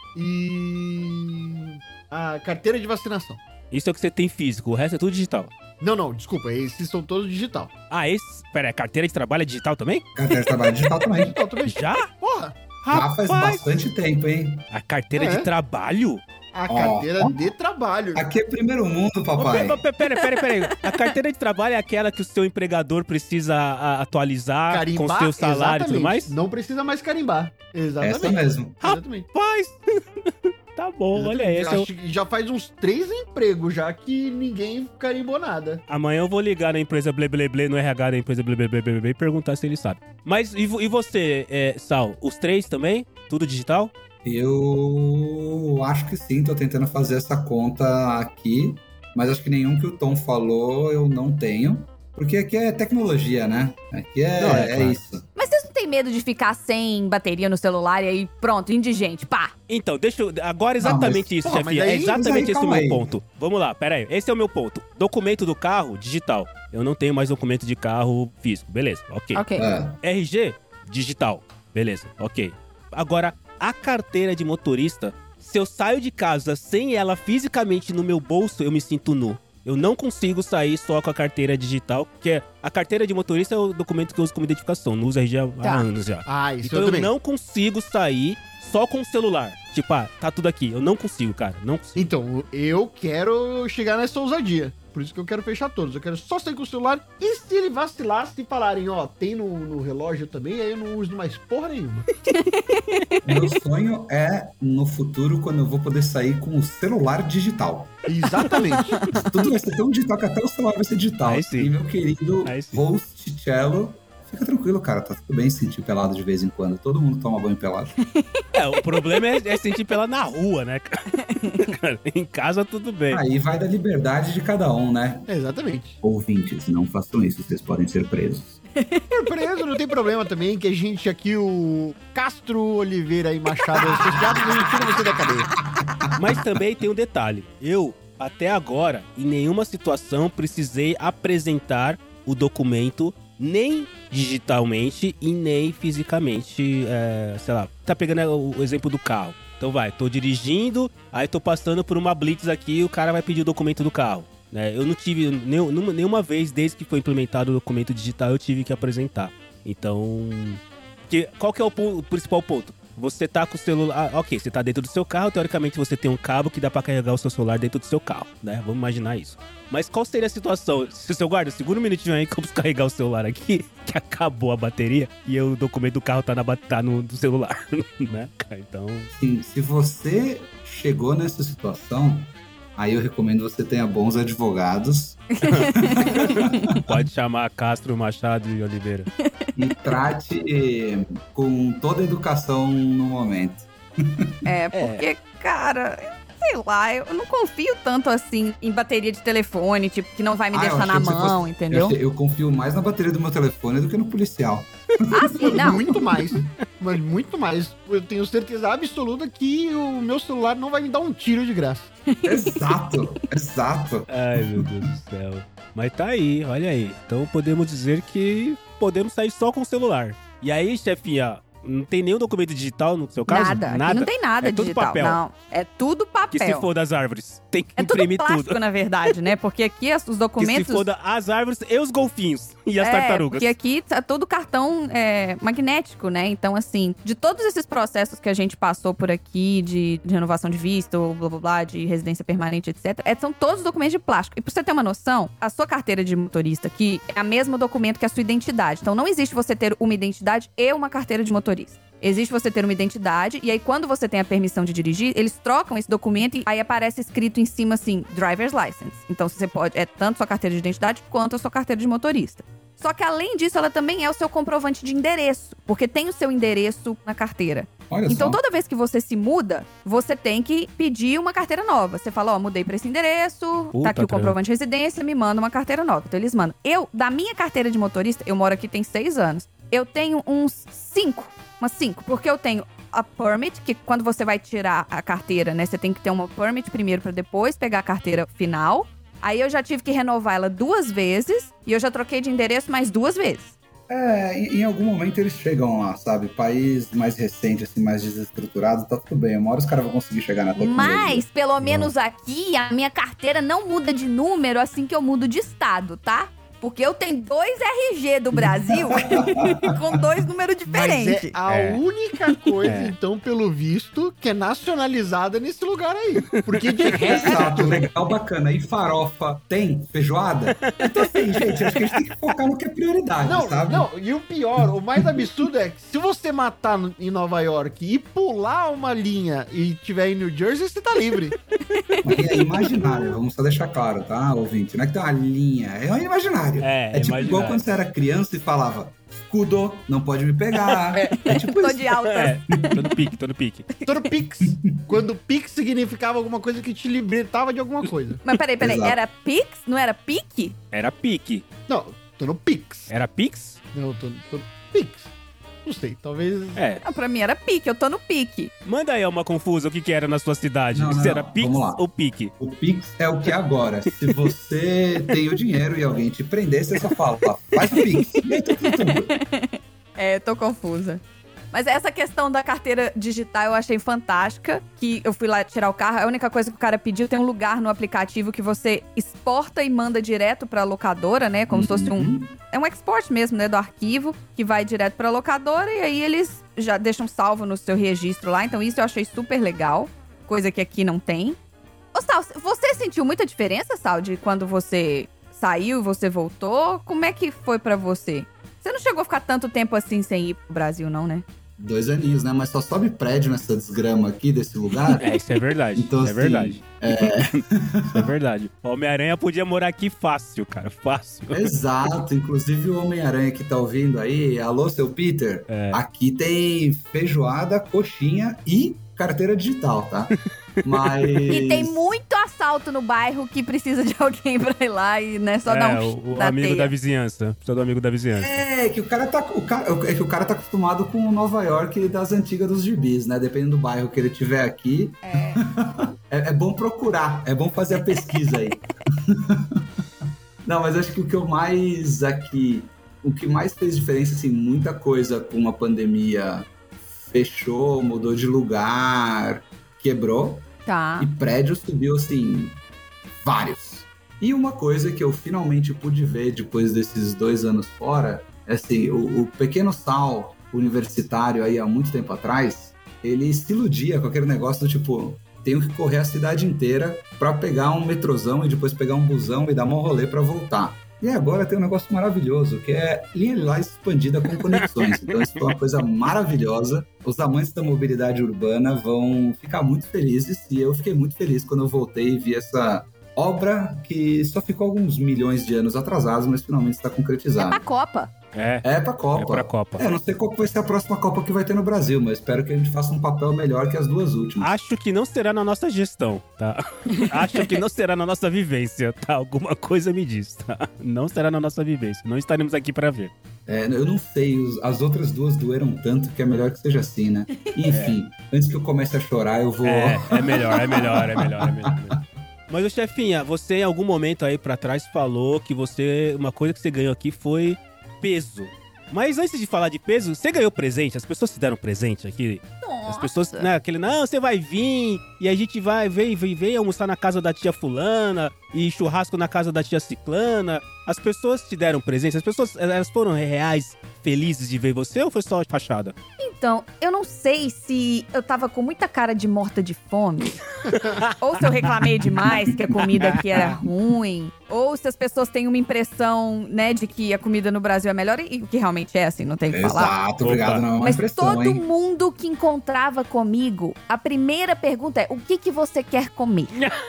e a carteira de vacinação. Isso é o que você tem físico. O resto é tudo digital. Não, não, desculpa, esses são todos digital. Ah, esse... Pera, a carteira de trabalho é digital também? Carteira de trabalho digital também. Digital também. Já? Porra, Já faz bastante tempo, hein? A carteira É. de trabalho? a Ó. carteira de trabalho. Aqui é primeiro mundo, papai. Ô, pe- pe- Pera, pera, pera aí. A carteira de trabalho é aquela que o seu empregador precisa a- atualizar com o seu salário e tudo exatamente. mais? Não precisa mais carimbar. Exatamente. Essa mesmo. Exatamente. Rapaz! Tá Tá bom, olha aí. Esse é o... Acho que já faz uns três empregos já que ninguém carimbou nada. Amanhã eu vou ligar na empresa Ble Ble Ble, no R H da empresa Ble Ble Ble Ble, Ble e perguntar se ele sabe. Mas e, vo- e você, é, Sal? Os três também? Tudo digital? Eu acho que sim, tô tentando fazer essa conta aqui, mas acho que nenhum que o Tom falou eu não tenho, porque aqui é tecnologia, né? Aqui é, Não, é é claro. isso. Mas vocês não têm medo de ficar sem bateria no celular e aí pronto, indigente, pá. Então, deixa eu... Agora exatamente mas- isso, pô, mas chefinha. É daí- exatamente mas aí, esse o calma meu aí. ponto. Vamos lá, pera aí. Esse é o meu ponto. Documento do carro, digital. Eu não tenho mais documento de carro físico. Beleza, ok. Ok. É. R G, digital. Beleza, ok. Agora, a carteira de motorista, se eu saio de casa sem ela fisicamente no meu bolso, eu me sinto nu. Eu não consigo sair só com a carteira digital, porque a carteira de motorista é o documento que eu uso como identificação. Não uso R G há, há Tá. anos já. Ah, isso Então eu eu também. não consigo sair só com o celular. Tipo, ah, tá tudo aqui. Eu não consigo, cara. Não consigo. Então, eu quero chegar nessa ousadia. Por isso que eu quero fechar todos. Eu quero só sair com o celular. E se ele vacilar, se falarem, ó, tem no, no relógio também, aí eu não uso mais porra nenhuma. Meu sonho é, no futuro, quando eu vou poder sair com o celular digital. Exatamente. Tudo vai ser tão digital que até o celular vai ser digital. Aí sim. E meu querido Aí sim. host Cello, fica tranquilo, cara. Tá tudo bem sentir pelado de vez em quando. Todo mundo toma banho pelado. É, o problema é, é sentir pela na rua, né, cara? Cara, em casa tudo bem. Aí vai da liberdade de cada um, né? Exatamente. Ouvintes, não façam isso, vocês podem ser presos. Por preso, não tem problema também, que a gente aqui, o Castro Oliveira e Machado Associados, a gente tira você da cadeia. Mas também tem um detalhe. Eu, até agora, em nenhuma situação, precisei apresentar o documento nem digitalmente e nem fisicamente, é, sei lá. Tá pegando o, o exemplo do carro. Então vai, tô dirigindo, aí tô passando por uma blitz aqui e o cara vai pedir o documento do carro. Né? Eu não tive, nenhum- numa- nenhuma vez, desde que foi implementado o documento digital, eu tive que apresentar. Então, que, qual que é o, pon- o principal ponto? Você tá com o celular... Ah, ok, você tá dentro do seu carro, teoricamente você tem um cabo que dá pra carregar o seu celular dentro do seu carro, né? Vamos imaginar isso. Mas qual seria a situação? Se o seu guarda, segura um minutinho aí que eu preciso carregar o celular aqui, que acabou a bateria e o documento do carro tá, na, ba- tá no do celular, né? Cara, então... Sim, se você chegou nessa situação, aí eu recomendo você tenha bons advogados Pode chamar Castro, Machado e Oliveira. e trate com toda a educação no momento. É, porque, cara, sei lá, eu não confio tanto assim em bateria de telefone, tipo, que não vai me Ah, eu deixar achei na que você mão, fosse- entendeu? Eu, achei- eu confio mais na bateria do meu telefone do que no policial. Ah, sim, não. Muito mais. Mas muito mais. Eu tenho certeza absoluta que o meu celular não vai me dar um tiro de graça. Exato, exato. Ai, meu Deus do céu. Mas tá aí, olha aí. Então podemos dizer que podemos sair só com o celular. E aí, chefinha, não tem nenhum documento digital no seu caso? Nada, aqui não tem nada É tudo digital. papel. Não, é tudo papel. Que se for das árvores. Tem que É tudo imprimir plástico, tudo. na verdade, né? Porque aqui as- os Que se documentos... foda as árvores e os golfinhos. E as é, tartarugas. porque aqui tá todo cartão é, magnético, né? Então, assim, de todos esses processos que a gente passou por aqui, de, de renovação de visto, blá, blá, blá, de residência permanente, etcétera, é, são todos documentos de plástico. E pra você ter uma noção, a sua carteira de motorista aqui é o mesmo documento que a sua identidade. Então, não existe você ter uma identidade e uma carteira de motorista. Existe você ter uma identidade, e aí quando você tem a permissão de dirigir, eles trocam esse documento e aí aparece escrito em cima assim, driver's license. Então você pode, é tanto sua carteira de identidade quanto a sua carteira de motorista. Só que além disso, ela também é o seu comprovante de endereço, porque tem o seu endereço na carteira. Olha Então só. toda vez que você se muda, você tem que pedir uma carteira nova. Você fala, ó, mudei pra esse endereço, Puta tá aqui o caramba. comprovante de residência, me manda uma carteira nova. Então eles mandam. Eu, da minha carteira de motorista, eu moro aqui tem seis anos, eu tenho uns cinco. Umas cinco, porque eu tenho a permit, que quando você vai tirar a carteira, né, você tem que ter uma permit primeiro pra depois pegar a carteira final. Aí eu já tive que renovar ela duas vezes e eu já troquei de endereço mais duas vezes. É, em, em algum momento eles chegam lá, sabe? País mais recente, assim, mais desestruturado, tá tudo bem. Uma hora os caras vão conseguir chegar na tecnologia. Mas, pelo menos aqui, a minha carteira não muda de número assim que eu mudo de estado, tá? Porque eu tenho dois R G do Brasil com dois números diferentes. Mas é a É. única coisa, É. então, pelo visto, que é nacionalizada nesse lugar aí. Porque de resto... Exato, legal, bacana. E farofa tem? Feijoada? Então assim, gente, acho que a gente tem que focar no que é prioridade, Não, sabe? não, e o pior, o mais absurdo é que se você matar no- em Nova York e pular uma linha e tiver em New Jersey, você tá livre. E é imaginário, vamos só deixar claro, tá, ouvinte? Não é que tem uma linha, é um imaginário. É, tipo imaginário. igual quando você era criança e falava, escudo, não pode me pegar. É, tipo Tô isso. de alta. É, tô no pique, tô no pique. Tô no Pix. Quando Pix significava alguma coisa que te libertava de alguma coisa. Mas peraí, peraí. Exato. Era Pix? Não era Pique? Era pique. Não, tô no Pix. Era pix? Não, tô, tô no Pix. Não sei, talvez... É. Não, pra mim era Pique. Eu tô no Pique. Manda aí uma confusa o que que era na sua cidade. Não, não, Se era não. pix Vamos lá. ou pique? O Pix é o que é agora. Se você tem o dinheiro e alguém te prender, você só fala, ó, faz o Pix. E aí tá tudo. É, eu tô confusa. Mas essa questão da carteira digital eu achei fantástica. Que eu fui lá tirar o carro. A única coisa que o cara pediu, tem um lugar no aplicativo que você exporta e manda direto pra locadora, né? Como se fosse um... É um export mesmo, né? Do arquivo, que vai direto pra locadora. E aí eles já deixam salvo no seu registro lá. Então isso eu achei super legal. Coisa que aqui não tem. Ô, Sal, você sentiu muita diferença, Sal, de quando você saiu e você voltou? Como é que foi pra você? Você não chegou a ficar tanto tempo assim sem ir pro Brasil, não, né? Dois aninhos, né? Mas só sobe prédio nessa desgrama aqui desse lugar. É, isso é verdade. Então, isso é assim, verdade. É, Isso é verdade. O Homem-Aranha podia morar aqui fácil, cara. Fácil. exato. Inclusive o Homem-Aranha que tá ouvindo aí, alô, seu Peter, É. aqui tem feijoada, coxinha e carteira digital, tá? Mas... E tem muito assalto no bairro que precisa de alguém pra ir lá e, né, só é, dar um o, o na amigo teia. da vizinhança. Precisa do amigo da vizinhança. É que o cara tá. O cara, é que o cara tá acostumado com Nova York das antigas dos gibis, né? Dependendo do bairro que ele tiver aqui. É. É, é bom procurar, é bom fazer a pesquisa aí. Não, mas acho que o que eu mais aqui. O que mais fez diferença, assim, muita coisa com a pandemia fechou, mudou de lugar, quebrou. Tá. E prédio subiu, assim, vários. E uma coisa que eu finalmente pude ver depois desses dois anos fora, é assim, o, o pequeno Sal universitário aí há muito tempo atrás, ele se iludia com aquele negócio do tipo, tenho que correr a cidade inteira pra pegar um metrozão e depois pegar um busão e dar um rolê pra voltar. E agora tem um negócio maravilhoso, que é linha lilás expandida com conexões. Então isso foi uma coisa maravilhosa. Os amantes da mobilidade urbana vão ficar muito felizes. E eu fiquei muito feliz quando eu voltei e vi essa obra que só ficou alguns milhões de anos atrasados, mas finalmente está É concretizada. pra Copa. É, É pra Copa. é pra Copa. É, não sei qual que vai ser a próxima Copa que vai ter no Brasil, mas espero que a gente faça um papel melhor que as duas últimas. Acho que não será na nossa gestão, tá? Acho que não será na nossa vivência, tá? Alguma coisa me diz, tá? Não será na nossa vivência. Não estaremos aqui pra ver. É, eu não sei, os- as outras duas doeram tanto que é melhor que seja assim, né? Enfim, antes que eu comece a chorar, eu vou... É, é melhor, é melhor, é melhor, é melhor. é melhor. Mas, ô, chefinha, você em algum momento aí pra trás falou que você... Uma coisa que você ganhou aqui foi peso. Mas antes de falar de peso, você ganhou presente? As pessoas te deram presente aqui? Nossa. As pessoas, né, aquele, não, você vai vir e a gente vai, vem, vem, vem almoçar na casa da tia fulana e churrasco na casa da tia ciclana. As pessoas te deram presente? As pessoas, elas foram reais, felizes de ver você ou foi só fachada? Então, eu não sei se eu tava com muita cara de morta de fome, ou se eu reclamei demais que a comida aqui era ruim, ou se as pessoas têm uma impressão, né, de que a comida no Brasil é melhor, e o que realmente é, assim, não tem o que falar. Exato, obrigado, Opa. não é uma Mas impressão, todo hein? mundo que encontrava comigo, a primeira pergunta é, o que que você quer comer?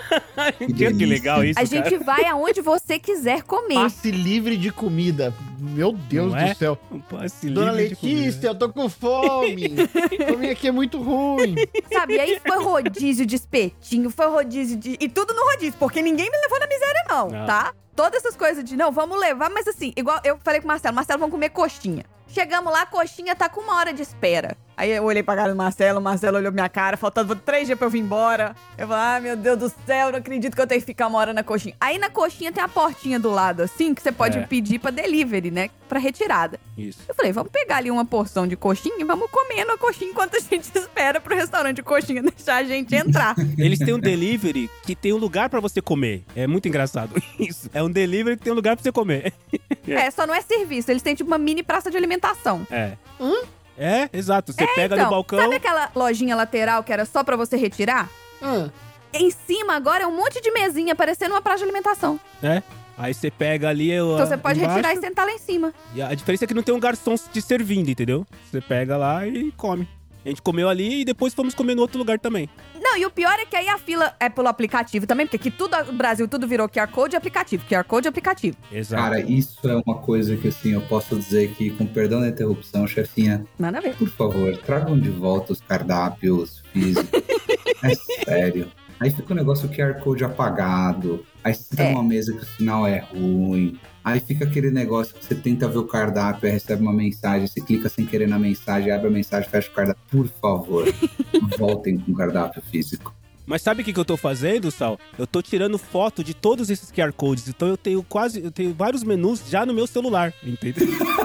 que, delícia. legal isso, A cara. gente vai aonde você quiser comer. Passe livre de comida. Meu Deus Não é? do céu. Um passe Dona livre de comida. Letícia, eu tô com fome. Comer aqui é muito ruim. Sabe, e aí foi rodízio de espetinho, foi rodízio de... E tudo no rodízio, porque ninguém me levou na miséria não, Não. tá? Todas essas coisas de, não, vamos levar, mas assim, igual eu falei com o Marcelo, Marcelo, vamos comer coxinha. Chegamos lá, a coxinha tá com uma hora de espera. Aí eu olhei pra cara do Marcelo, o Marcelo olhou minha cara, faltando três dias pra eu vir embora. Eu falei, ai meu Deus do céu, não acredito que eu tenho que ficar uma hora na coxinha. Aí na coxinha tem a portinha do lado, assim, que você pode É. pedir pra delivery, né? Pra retirada. Isso. Eu falei, vamos pegar ali uma porção de coxinha e vamos comendo a coxinha enquanto a gente espera pro restaurante de coxinha deixar a gente entrar. Eles têm um delivery que tem um lugar pra você comer. É muito engraçado isso. É um delivery que tem um lugar pra você comer. É, só não é serviço, eles têm tipo uma mini praça de alimentação. É. É, exato. Você pega Então, no balcão. sabe aquela lojinha lateral que era só pra você retirar? Ah, Em cima agora é um monte de mesinha parecendo uma praça de alimentação. né? Aí você pega ali. Eu, Então você pode embaixo, retirar e sentar lá em cima. E a diferença é que não tem um garçom te servindo, entendeu? Você pega lá e come. A gente comeu ali e depois fomos comer no outro lugar também. Não, e o pior é que aí a fila é pelo aplicativo também, porque aqui tudo, no Brasil, tudo virou Q R Code e aplicativo. Q R Code e aplicativo. Exato. Cara, isso é uma coisa que, assim, eu posso dizer que, com perdão da interrupção, chefinha, Nada a ver. por favor, tragam de volta os cardápios físicos. É sério. Aí fica o negócio Q R Code apagado. Aí você tá É. numa mesa que o sinal é ruim. Aí fica aquele negócio que você tenta ver o cardápio, aí recebe uma mensagem, você clica sem querer na mensagem, abre a mensagem, fecha o cardápio. Por favor, voltem com o cardápio físico. Mas sabe o que, que eu tô fazendo, Sal? Eu tô tirando foto de todos esses Q R Codes. Então eu tenho quase. Eu tenho vários menus já no meu celular, entendeu?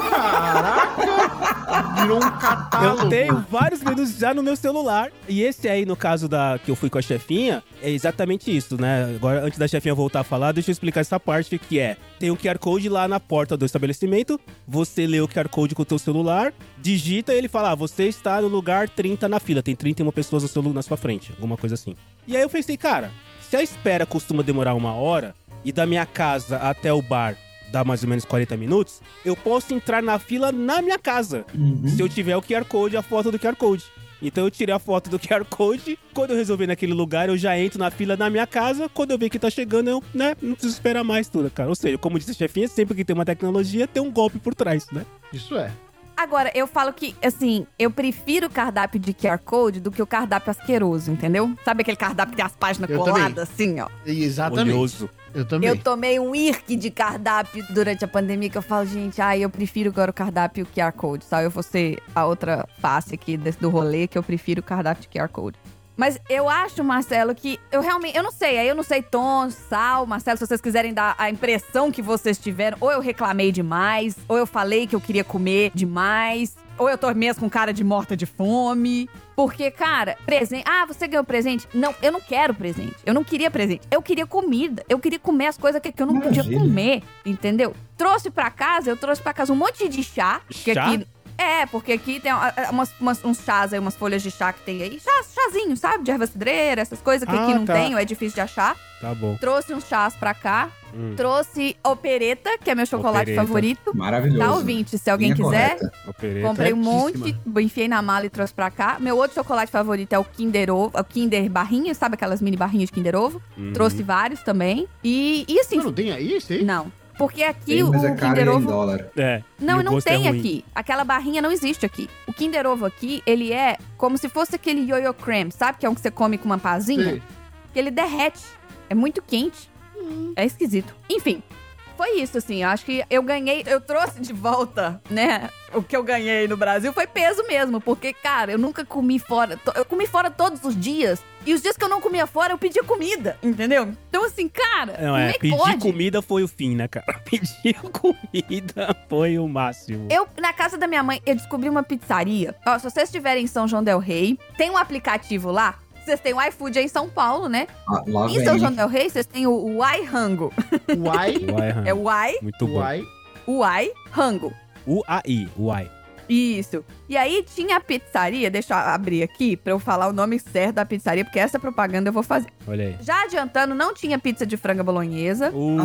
caraca! Virou um catálogo. Eu tenho vários menus já no meu celular. E esse aí, no caso da que eu fui com a chefinha, é exatamente isso, né? Agora, antes da chefinha voltar a falar, deixa eu explicar essa parte que é: tem um Q R Code lá na porta do estabelecimento, você lê o Q R Code com o teu celular, digita e ele fala, ah, você está no lugar trinta na fila, tem trinta e uma pessoas no seu, na sua frente, alguma coisa assim. E aí eu pensei, cara, se a espera costuma demorar uma hora, e da minha casa até o bar dá mais ou menos quarenta minutos, eu posso entrar na fila na minha casa, Uhum. se eu tiver o Q R Code, a foto do Q R Code. Então eu tirei a foto do Q R Code, quando eu resolver naquele lugar, eu já entro na fila na minha casa, quando eu ver que tá chegando, eu, né, não preciso esperar mais tudo, cara. Ou seja, como disse a chefinha, sempre que tem uma tecnologia, tem um golpe por trás, né? Isso é. Agora, eu falo que, assim, eu prefiro o cardápio de Q R Code do que o cardápio asqueroso, entendeu? Sabe aquele cardápio que tem as páginas Eu coladas, assim, ó? Exatamente. Oleoso. Eu também. Eu tomei um I R C de cardápio durante a pandemia que eu falo, gente, ai, eu prefiro agora o cardápio Q R Code, sabe? Eu vou ser a outra face aqui desse, do rolê, que eu prefiro o cardápio de Q R Code. Mas eu acho, Marcelo, que eu realmente... Eu não sei, aí eu não sei tom, sal, Marcelo, se vocês quiserem dar a impressão que vocês tiveram, ou eu reclamei demais, ou eu falei que eu queria comer demais, ou eu tô mesmo com cara de morta de fome. Porque, cara, presente... Ah, você ganhou presente? Não, eu não quero presente. Eu não queria presente. Eu queria comida. Eu queria comer as coisas que, que eu não podia Maravilha. comer, entendeu? Trouxe pra casa, eu trouxe pra casa um monte de chá. Que Chá? aqui... É, porque aqui tem ah, ah, umas, umas- uns chás aí, umas folhas de chá que tem aí. Chá, chazinho, sabe? De erva cidreira, essas coisas que Ah, aqui não tá. tem, ou é difícil de achar. Tá bom. Trouxe uns chás pra cá. Hum, Trouxe opereta, que é meu chocolate Opereta. favorito. Maravilhoso. Tá, ouvinte? Se alguém Linha quiser, correta. opereta. comprei um Certíssima. monte, enfiei na mala e trouxe pra cá. Meu outro chocolate favorito é o Kinder Ovo, o Kinder Barrinha, sabe aquelas mini barrinhas de Kinder Ovo? Uhum. Trouxe vários também. E, e assim, Não, não tem aí esse aí? não. Porque aqui Tem, o mas é caro e Kinder é em Ovo... dólar. É. Não, e o não gosto tem é ruim. aqui. Aquela barrinha não existe aqui. O Kinder Ovo aqui, ele é como se fosse aquele yo-yo cream, sabe? Que é um que você come com uma pazinha. Sei. Que ele derrete. É muito quente. É esquisito. Enfim, foi isso, assim. Eu acho que eu ganhei... Eu trouxe de volta, né? O que eu ganhei no Brasil foi peso mesmo. Porque, cara, eu nunca comi fora. To- Eu comi fora todos os dias. E os dias que eu não comia fora, eu pedia comida. Entendeu? Então, assim, cara, Não, como é, é que pedir pode? comida foi o fim, né, cara? Pedir comida foi o máximo. Eu, na casa da minha mãe, eu descobri uma pizzaria. Ó, se vocês estiverem em São João del Rei, tem um aplicativo lá. Vocês têm o iFood aí em São Paulo, né? Ah, lá Em vem. São João del Rei, vocês têm o, o iHango. Uai. Uai, Ram. É o I, Muito bom. Uai. o iHango. U A I, uai. Isso. E aí tinha a pizzaria, deixa eu abrir aqui pra eu falar o nome certo da pizzaria, porque essa propaganda eu vou fazer. Olha aí. Já adiantando, não tinha pizza de franga bolonhesa. Uh,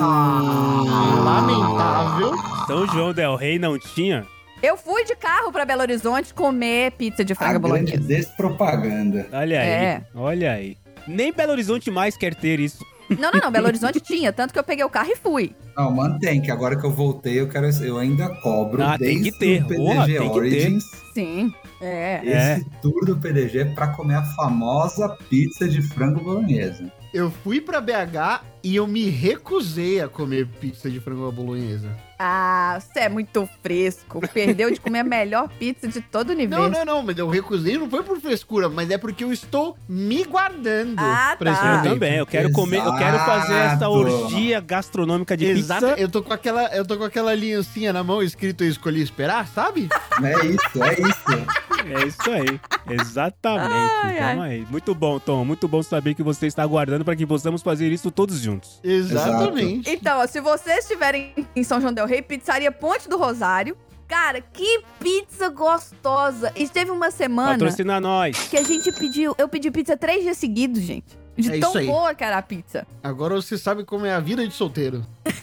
Lamentável. São João del Rei não tinha? Eu fui de carro pra Belo Horizonte comer pizza de A franga grande bolonhesa. despropaganda. Olha aí. É. Olha aí. Nem Belo Horizonte mais quer ter isso. Não, não, não. Belo Horizonte tinha, tanto que eu peguei o carro e fui. Não, mantém, que agora que eu voltei, eu, quero, eu ainda cobro Ah, tem desde que ter. o P D G Porra, tem que ter. Origins Sim. É. É. esse tour do P D G pra comer a famosa pizza de frango bolonhesa. eu fui pra B H e eu me recusei a comer pizza de frango à bolonhesa. Ah, você é muito fresco. Perdeu de comer a melhor pizza de todo o universo. Não, não, não, mas eu recusei não foi por frescura, mas é porque eu estou me guardando Ah, pra esse tá. Eu momento. também, eu quero comer, eu quero fazer essa Exato. orgia gastronômica de Exato, pizza. eu tô com aquela, eu tô com aquela aliancinha na mão escrito eu escolhi esperar, sabe? É isso, é isso. É isso aí, exatamente. Ai, Vamos aí. Muito bom, Tom, muito bom saber que você está aguardando para que possamos fazer isso todos juntos. Exatamente. Então, ó, se vocês estiverem em São João del Rei, Pizzaria Ponte do Rosário. Cara, que pizza gostosa. E teve uma semana Patrocina nós. que a gente pediu... Eu pedi pizza três dias seguidos, gente. De É tão isso aí. boa que era a pizza. Agora você sabe como é a vida de solteiro.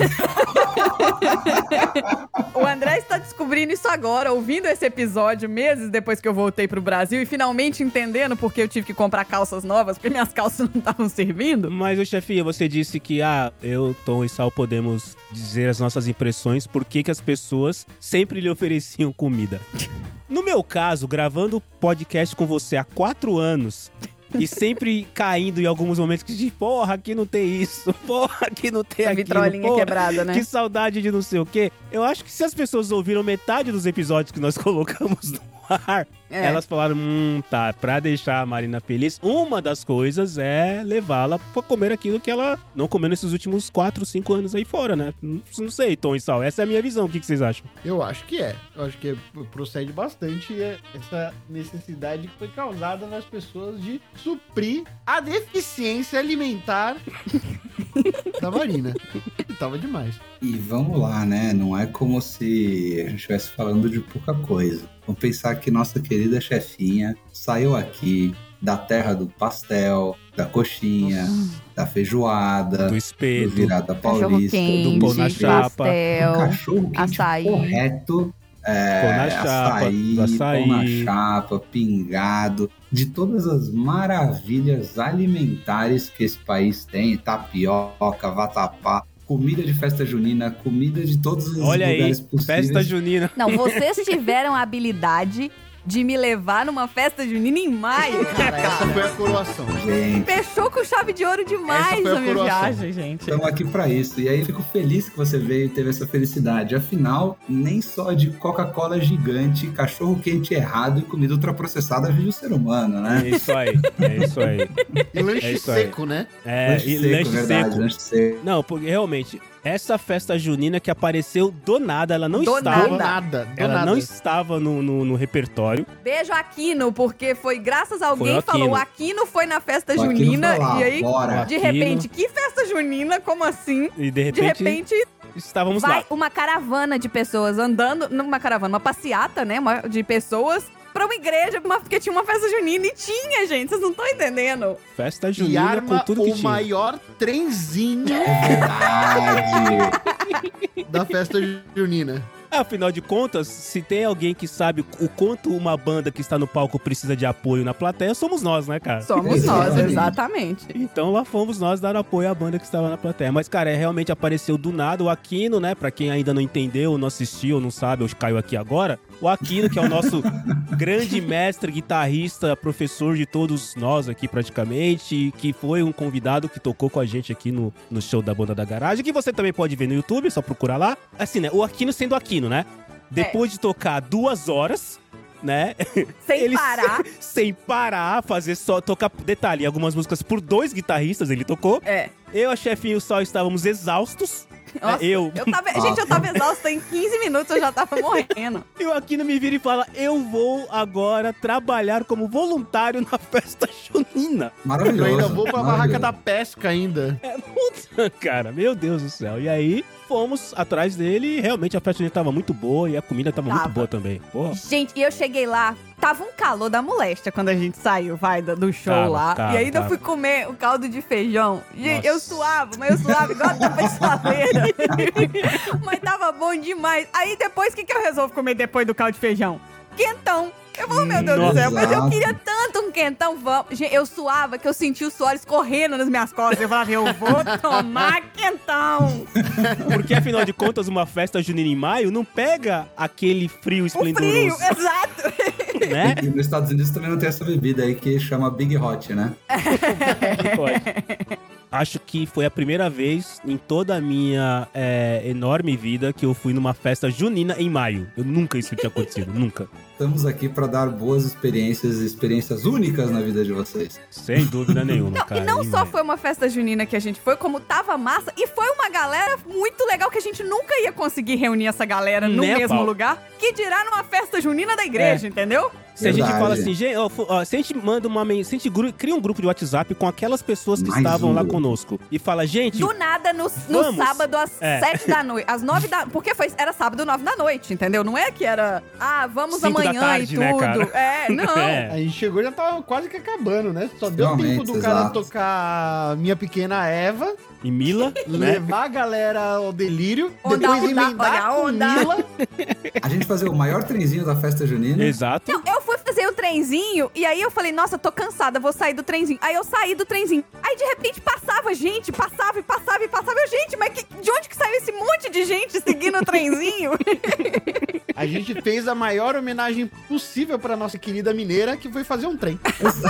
O André está descobrindo isso agora, ouvindo esse episódio meses depois que eu voltei pro Brasil e finalmente entendendo porque eu tive que comprar calças novas, porque minhas calças não estavam servindo. Mas, ô chefinha, você disse que, ah, eu, Tom e Sal podemos dizer as nossas impressões, por que que as pessoas sempre lhe ofereciam comida. No meu caso, gravando podcast com você há quatro anos... E sempre caindo em alguns momentos que diz, porra, aqui não tem isso, porra, aqui não tem A aquilo, vitrolinha porra, quebrada, né? que saudade de não sei o quê. Eu acho que se as pessoas ouviram metade dos episódios que nós colocamos no ar, É. elas falaram, hum, tá, pra deixar a Marina feliz, uma das coisas é levá-la pra comer aquilo que ela não comeu nesses últimos quatro, cinco anos aí fora, né? Não, não sei, Tom e Sal, essa é a minha visão, o que, que vocês acham? Eu acho que é. Eu acho que procede bastante essa necessidade que foi causada nas pessoas de suprir a deficiência alimentar da Marina. E tava demais. E vamos lá, né? Não é como se a gente estivesse falando de pouca coisa. Vamos pensar que nossa querida chefinha saiu aqui da terra do pastel, da coxinha, da feijoada, Do do espeto, virada Cachorro paulista, quente, do pão na espeto, chapa. do pastel, cachorro quente açaí. correto, é, Pão na chapa, açaí, do açaí. pão na chapa, pingado, de todas as maravilhas alimentares que esse país tem, tapioca, vatapá, comida de festa junina, comida de todos os Olha aí, lugares possíveis. festa junina. Não, vocês tiveram a habilidade de me levar numa festa junina em maio. Cara, essa foi a coroação. Gente, Fechou com chave de ouro demais Essa foi a a minha coroação. viagem, gente. estamos aqui pra isso. E aí fico feliz que você veio e teve essa felicidade. Afinal, nem só de Coca-Cola gigante, cachorro quente errado e comida ultraprocessada vive o ser humano, né? É isso aí, é isso aí. E lanche É isso aí. seco, né? É, lanche e seco, lanche verdade, seco. lanche seco. Não, porque realmente, essa festa junina que apareceu do nada, ela não Do estava. Do nada, do Ela nada. não estava no, no, no repertório. Beijo Aquino, porque foi graças a alguém Foi o que falou, o Aquino. Aquino foi na festa O Aquino junina, foi lá, e aí, bora. de Aquino. repente, que festa junina? Como assim? E de De repente, repente, estávamos vai lá. uma caravana de pessoas andando, não uma caravana, uma passeata, né, uma, de pessoas pra uma igreja, uma- porque tinha uma festa junina e tinha, gente, vocês não estão entendendo. Festa E junina com arma tudo que o tinha. maior trenzinho Verdade. da festa junina. Afinal de contas, se tem alguém que sabe o quanto uma banda que está no palco precisa de apoio na plateia, somos nós, né, cara? Somos nós, Exatamente. exatamente. Então lá fomos nós dar apoio à banda que estava na plateia. Mas, cara, é, realmente apareceu do nada o Aquino, né? Pra quem ainda não entendeu, não assistiu, não sabe, ou caiu aqui agora. O Aquino, que é o nosso grande mestre, guitarrista, professor de todos nós aqui praticamente, que foi um convidado que tocou com a gente aqui no, no show da Banda da Garagem, que você também pode ver no YouTube, é só procurar lá. Assim, né? O Aquino sendo Aquino, né? Depois de tocar duas horas, né? Sem Ele- parar. Sem parar, fazer só tocar. Detalhe, algumas músicas por dois guitarristas ele tocou. É. Eu, a chefinha e o Sol estávamos exaustos. Nossa, né? Eu. Eu tava, gente, eu tava exausta em quinze minutos, eu já tava morrendo. E o Aquino me vira e fala: eu vou agora trabalhar como voluntário na festa junina. Eu Maravilhoso. ainda vou pra barraca maravilhoso. da pesca ainda. Cara, meu Deus do céu. E aí, fomos atrás dele e realmente a festa junina tava muito boa e a comida tava, Tava. muito boa também. Porra. Gente, e eu cheguei lá, tava um calor da moléstia quando a gente saiu, vai, do do show Tava, lá. tava, e ainda tava. fui comer o caldo de feijão. Gente, eu Nossa. suava, mas eu suava igual a tampa de saladeira. Mas tava bom demais. Aí depois, o que, que eu resolvo comer depois do caldo de feijão? Quentão. Eu vou, meu Deus do Nossa. céu, mas eu Exato. queria tanto um quentão. Vamos. Gente, eu suava que eu sentia o suor escorrendo nas minhas costas. Eu falava, eu vou tomar quentão. Porque afinal de contas, uma festa junina em maio não pega aquele frio O esplendoroso. frio, exato. né? E nos Estados Unidos também não tem essa bebida aí que chama Big Hot, né? Pode. Acho que foi a primeira vez em toda a minha é, enorme vida que eu fui numa festa junina em maio. Eu nunca isso tinha acontecido, nunca. Estamos aqui pra dar boas experiências, experiências únicas na vida de vocês. Sem dúvida nenhuma, Não, cara. e não em só maio. foi uma festa junina que a gente foi, como tava massa, e foi uma galera muito legal que a gente nunca ia conseguir reunir essa galera no Né, mesmo Paulo? lugar, que dirá numa festa junina da igreja, entendeu? Se a gente Verdade. fala assim, gente, ó, ó, se a gente manda uma men- se a gente gru- cria um grupo de WhatsApp com aquelas pessoas que Mais estavam um lá grupo. conosco e fala, gente, Do nada, no, no Vamos. sábado, às É. sete da noite. Às nove da... Porque foi, era sábado, nove da noite, entendeu? Não é que era, ah, vamos Cinco da amanhã tarde, e né, tudo. cara? É, não. É. A gente chegou e já tava quase que acabando, né? Só deu Realmente, tempo do cara exato. tocar Minha Pequena Eva, e Mila, né? levar a galera ao delírio, Onda, depois onda, emendar olha a com onda. Mila. A gente fazia o maior trenzinho da festa junina. Exato. Não, eu fui fazer o trenzinho e aí eu falei, nossa, tô cansada, vou sair do trenzinho. Aí eu saí do trenzinho. Aí de repente passava gente, passava e passava e passava. Eu, gente, mas que- de onde que saiu esse monte de gente seguindo o trenzinho? A gente fez a maior homenagem possível pra nossa querida mineira, que foi fazer um trem.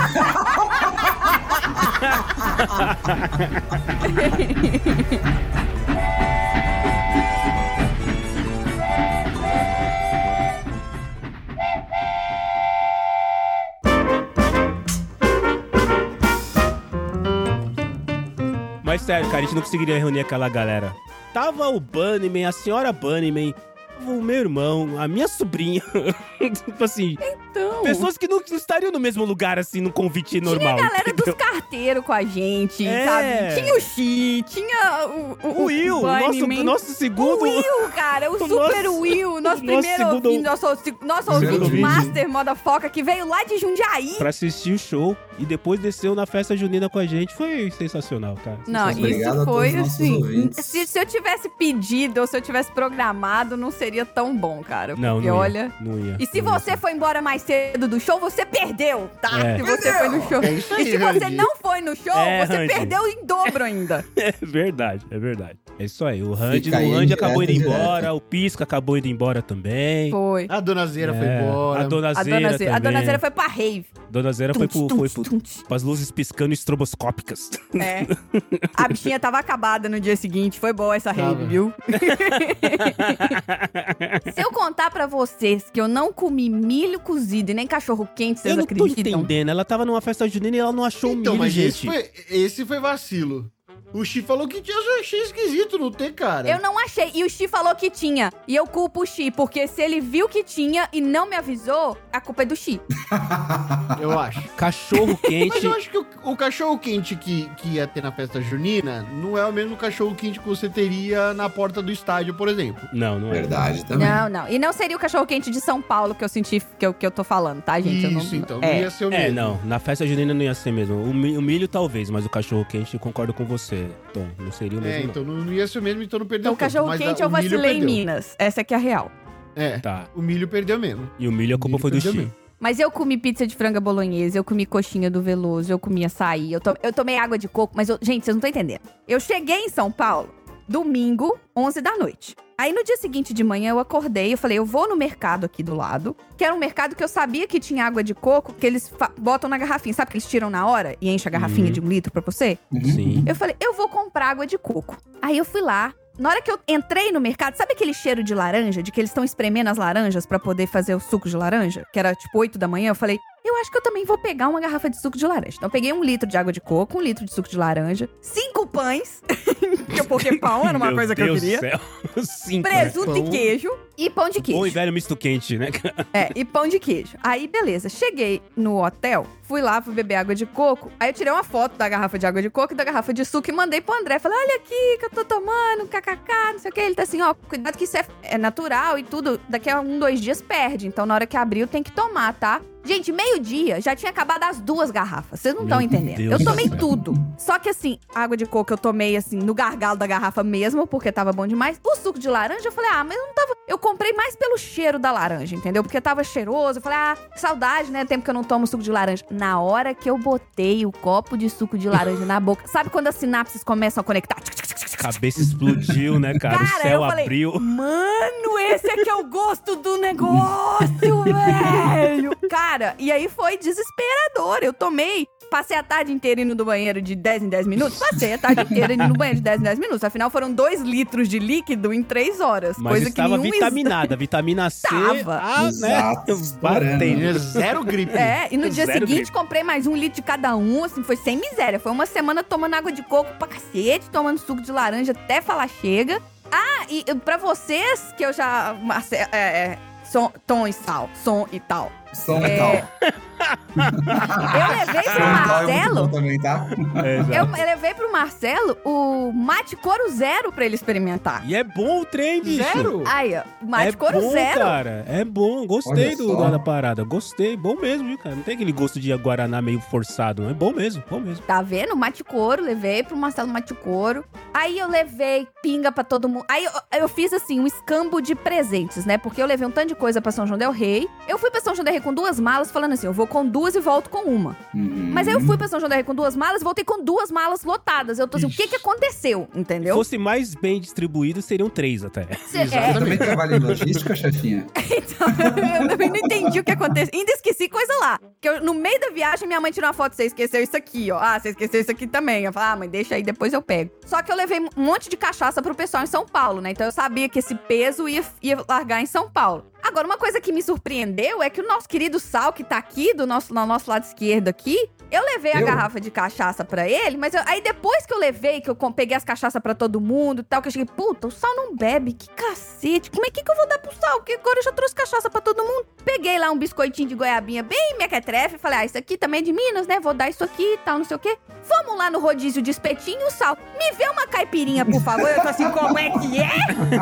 Mas sério, cara, a gente não conseguiria reunir aquela galera. Tava o Bunnyman, a senhora Bunnyman, tava o meu irmão, a minha sobrinha. Tipo assim, Então, pessoas que não estariam no mesmo lugar, assim, num convite normal. tinha a galera entendeu? dos carteiros com a gente, É. sabe? Tinha o Xi, tinha o... O Will, o nosso, Bunnyman. nosso segundo... O Will, cara, o, o Super nosso- Will, nosso o nosso primeiro segundo- ouvinte, nosso, nosso Primeiro ouvinte ouvinte. master, motherfucker, que veio lá de Jundiaí. Pra assistir o show e depois desceu na festa junina com a gente. Foi sensacional, cara. Não, Sensacional. Obrigado isso a todos foi os nossos assim. ouvintes. Se, se eu tivesse pedido ou se eu tivesse programado, não seria tão bom, cara. Não, Porque não ia, olha. não ia. E se não ia. você foi embora mais cedo do show, você perdeu, tá? É. Se você foi no show. É isso aí, E se você Randy. não foi no show, É, você Randy. perdeu em dobro ainda. É verdade, é verdade. É isso aí. O Randy, Fica aí, o Randy acabou indo direto, embora, o Pisca acabou indo embora também. Foi. A Dona Zera foi É, embora. A Dona A Zera dona, Zera, a também. dona Zera foi pra rave. Dona Zera foi, pro, Tum, foi tum, pro, tum, tum. pras luzes piscando estroboscópicas. É. A bichinha tava acabada no dia seguinte. Foi boa essa rave, Tava. viu? Se eu contar pra vocês que eu não comi milho cozido e nem cachorro quente, vocês Eu não tô acreditam? entendendo. Ela tava numa festa junina e ela não achou Então, milho, mas gente. esse foi, esse foi vacilo. O Xi falou que tinha, eu achei esquisito não ter, cara. Eu não achei. E o Xi falou que tinha. E eu culpo o Xi, porque se ele viu que tinha e não me avisou, a culpa é do Xi. Eu acho. Cachorro Mas quente. eu acho que o, o cachorro-quente que, que ia ter na festa junina não é o mesmo cachorro-quente que você teria na porta do estádio, por exemplo. Não, não é. Verdade também. Não, não. E não seria o cachorro-quente de São Paulo que eu senti, que eu, que eu tô falando, tá, gente? Eu não- Isso, então. Não é. ia ser o É, mesmo. não. Na festa junina não ia ser mesmo. O milho, o milho talvez, mas o cachorro quente eu concordo com você, Tom. Não seria o mesmo, É, não. então não, não ia ser o mesmo, então não perdeu Então, o tempo, cachorro-quente mas a- eu o milho vacilei em perdeu. Minas. Essa aqui é a real. É, Tá. o milho perdeu mesmo. E o milho, a culpa Milho foi do perdeu Xi. mesmo. Mas eu comi pizza de franga bolonhesa, eu comi coxinha do Veloso, eu comi açaí, eu, to- eu tomei água de coco, mas, eu- gente, vocês não estão entendendo. Eu cheguei em São Paulo, domingo, onze da noite. Aí no dia seguinte de manhã eu acordei, eu falei, eu vou no mercado aqui do lado, que era um mercado que eu sabia que tinha água de coco, que eles fa- botam na garrafinha, sabe que eles tiram na hora e enchem a garrafinha Uhum. de um litro pra você? Sim. Eu falei, eu vou comprar água de coco. Aí eu fui lá. Na hora que eu entrei no mercado, sabe aquele cheiro de laranja? De que eles estão espremendo as laranjas pra poder fazer o suco de laranja? Que era tipo oito da manhã. Eu falei, eu acho que eu também vou pegar uma garrafa de suco de laranja. Então eu peguei um litro de água de coco, um litro de suco de laranja, cinco pães, porque pão era uma Meu coisa que Deus eu queria. do céu. Cinco, né? Presunto Pão. e queijo e pão de queijo. Bom e velho misto quente, né? É, e pão de queijo. Aí, beleza. Cheguei no hotel, fui lá, fui beber água de coco. Aí eu tirei uma foto da garrafa de água de coco e da garrafa de suco e mandei pro André. Falei, olha aqui que eu tô tomando, kkk, não sei o que. Ele tá assim, ó, cuidado que isso é, é natural e tudo. Daqui a um, dois dias perde. Então, na hora que abriu, tem que tomar, tá? Gente, meio-dia, já tinha acabado as duas garrafas. Vocês não estão Meu entendendo. Deus Eu do tomei céu. tudo. Só que assim, a água de coco eu tomei assim, no gargalo da garrafa mesmo, porque tava bom demais. O suco de laranja, eu falei, ah, mas eu não tava... Eu comprei mais pelo cheiro da laranja, entendeu? Porque tava cheiroso. Eu falei, ah, saudade, né? Tempo que eu não tomo suco de laranja. Na hora que eu botei o copo de suco de laranja na boca, sabe quando as sinapses começam a conectar? Cabeça explodiu, né, cara? Cara, o céu eu falei, abriu. Mano, esse aqui é o gosto do negócio, velho. Cara, e aí foi desesperador. Eu tomei, passei a tarde inteira indo no banheiro de dez em dez minutos. Passei a tarde inteira indo no banheiro de dez em dez minutos. Afinal, foram dois litros de líquido em três horas. Mas coisa estava que nenhum vitaminada. Vitamina C. Tava. Ah, Exato. né? Batendo. Zero gripe. É, e no dia Zero seguinte gripe. comprei mais um litro de cada um, assim, foi sem miséria. Foi uma semana tomando água de coco pra cacete, tomando suco de laranja até falar chega. Ah, e e pra vocês, que eu já... Marce- É, é, som, tom e sal, som e tal. Som É, e tal. Eu levei pro Som e tal é muito Marcelo... bom também, tá? É, exato. Eu, eu levei pro Marcelo o mate couro zero pra ele experimentar. E é bom o trem, bicho. Zero? Aí, ó, mate é couro bom, zero. cara. É bom. Gostei Olha do, só. da, da parada. Gostei. Bom mesmo, viu, cara? Não tem aquele gosto de guaraná meio forçado. Não. É bom mesmo. Bom mesmo. Tá vendo? Mate couro, levei pro Marcelo mate couro. Aí eu levei pinga pra todo mundo. Aí eu, eu fiz assim, um escambo de presentes, né? Porque eu levei um tanto de coisa pra São João del Rei. Eu fui pra São João del Rei com duas malas, falando assim, eu vou com duas e volto com uma. Uhum. Mas aí eu fui pra São João del Rei com duas malas e voltei com duas malas lotadas. Eu tô assim, o que que aconteceu? Se Entendeu? fosse mais bem distribuído, seriam três até. Cê- Você é, também trabalha em logística, chefinha? então, eu também não entendi o que aconteceu. Ainda esqueci coisa lá. Que eu, no meio da viagem, minha mãe tirou uma foto. Você esqueceu isso aqui, ó. Ah, você esqueceu isso aqui também. Eu falei, ah, mãe, deixa aí, depois eu pego. Só que eu levei um monte de cachaça pro pessoal em São Paulo, né? Então eu sabia que esse peso ia, ia largar em São Paulo. Agora, uma coisa que me surpreendeu é que o nosso querido Sal, que tá aqui, do nosso, no nosso lado esquerdo aqui, eu levei a Eu? garrafa de cachaça pra ele, mas eu- aí depois que eu levei, que eu com- peguei as cachaças pra todo mundo e tal, que eu cheguei, puta, o Sal não bebe, que cacete, como é que, que eu vou dar pro Sal? Porque agora eu já trouxe cachaça pra todo mundo. Peguei lá um biscoitinho de goiabinha bem mequetrefe, falei, ah, isso aqui também é de Minas, né? Vou dar isso aqui e tal, não sei o quê. Vamos lá no rodízio de espetinho e o Sal. Me vê uma caipirinha, por favor. Eu tô assim, como é que é?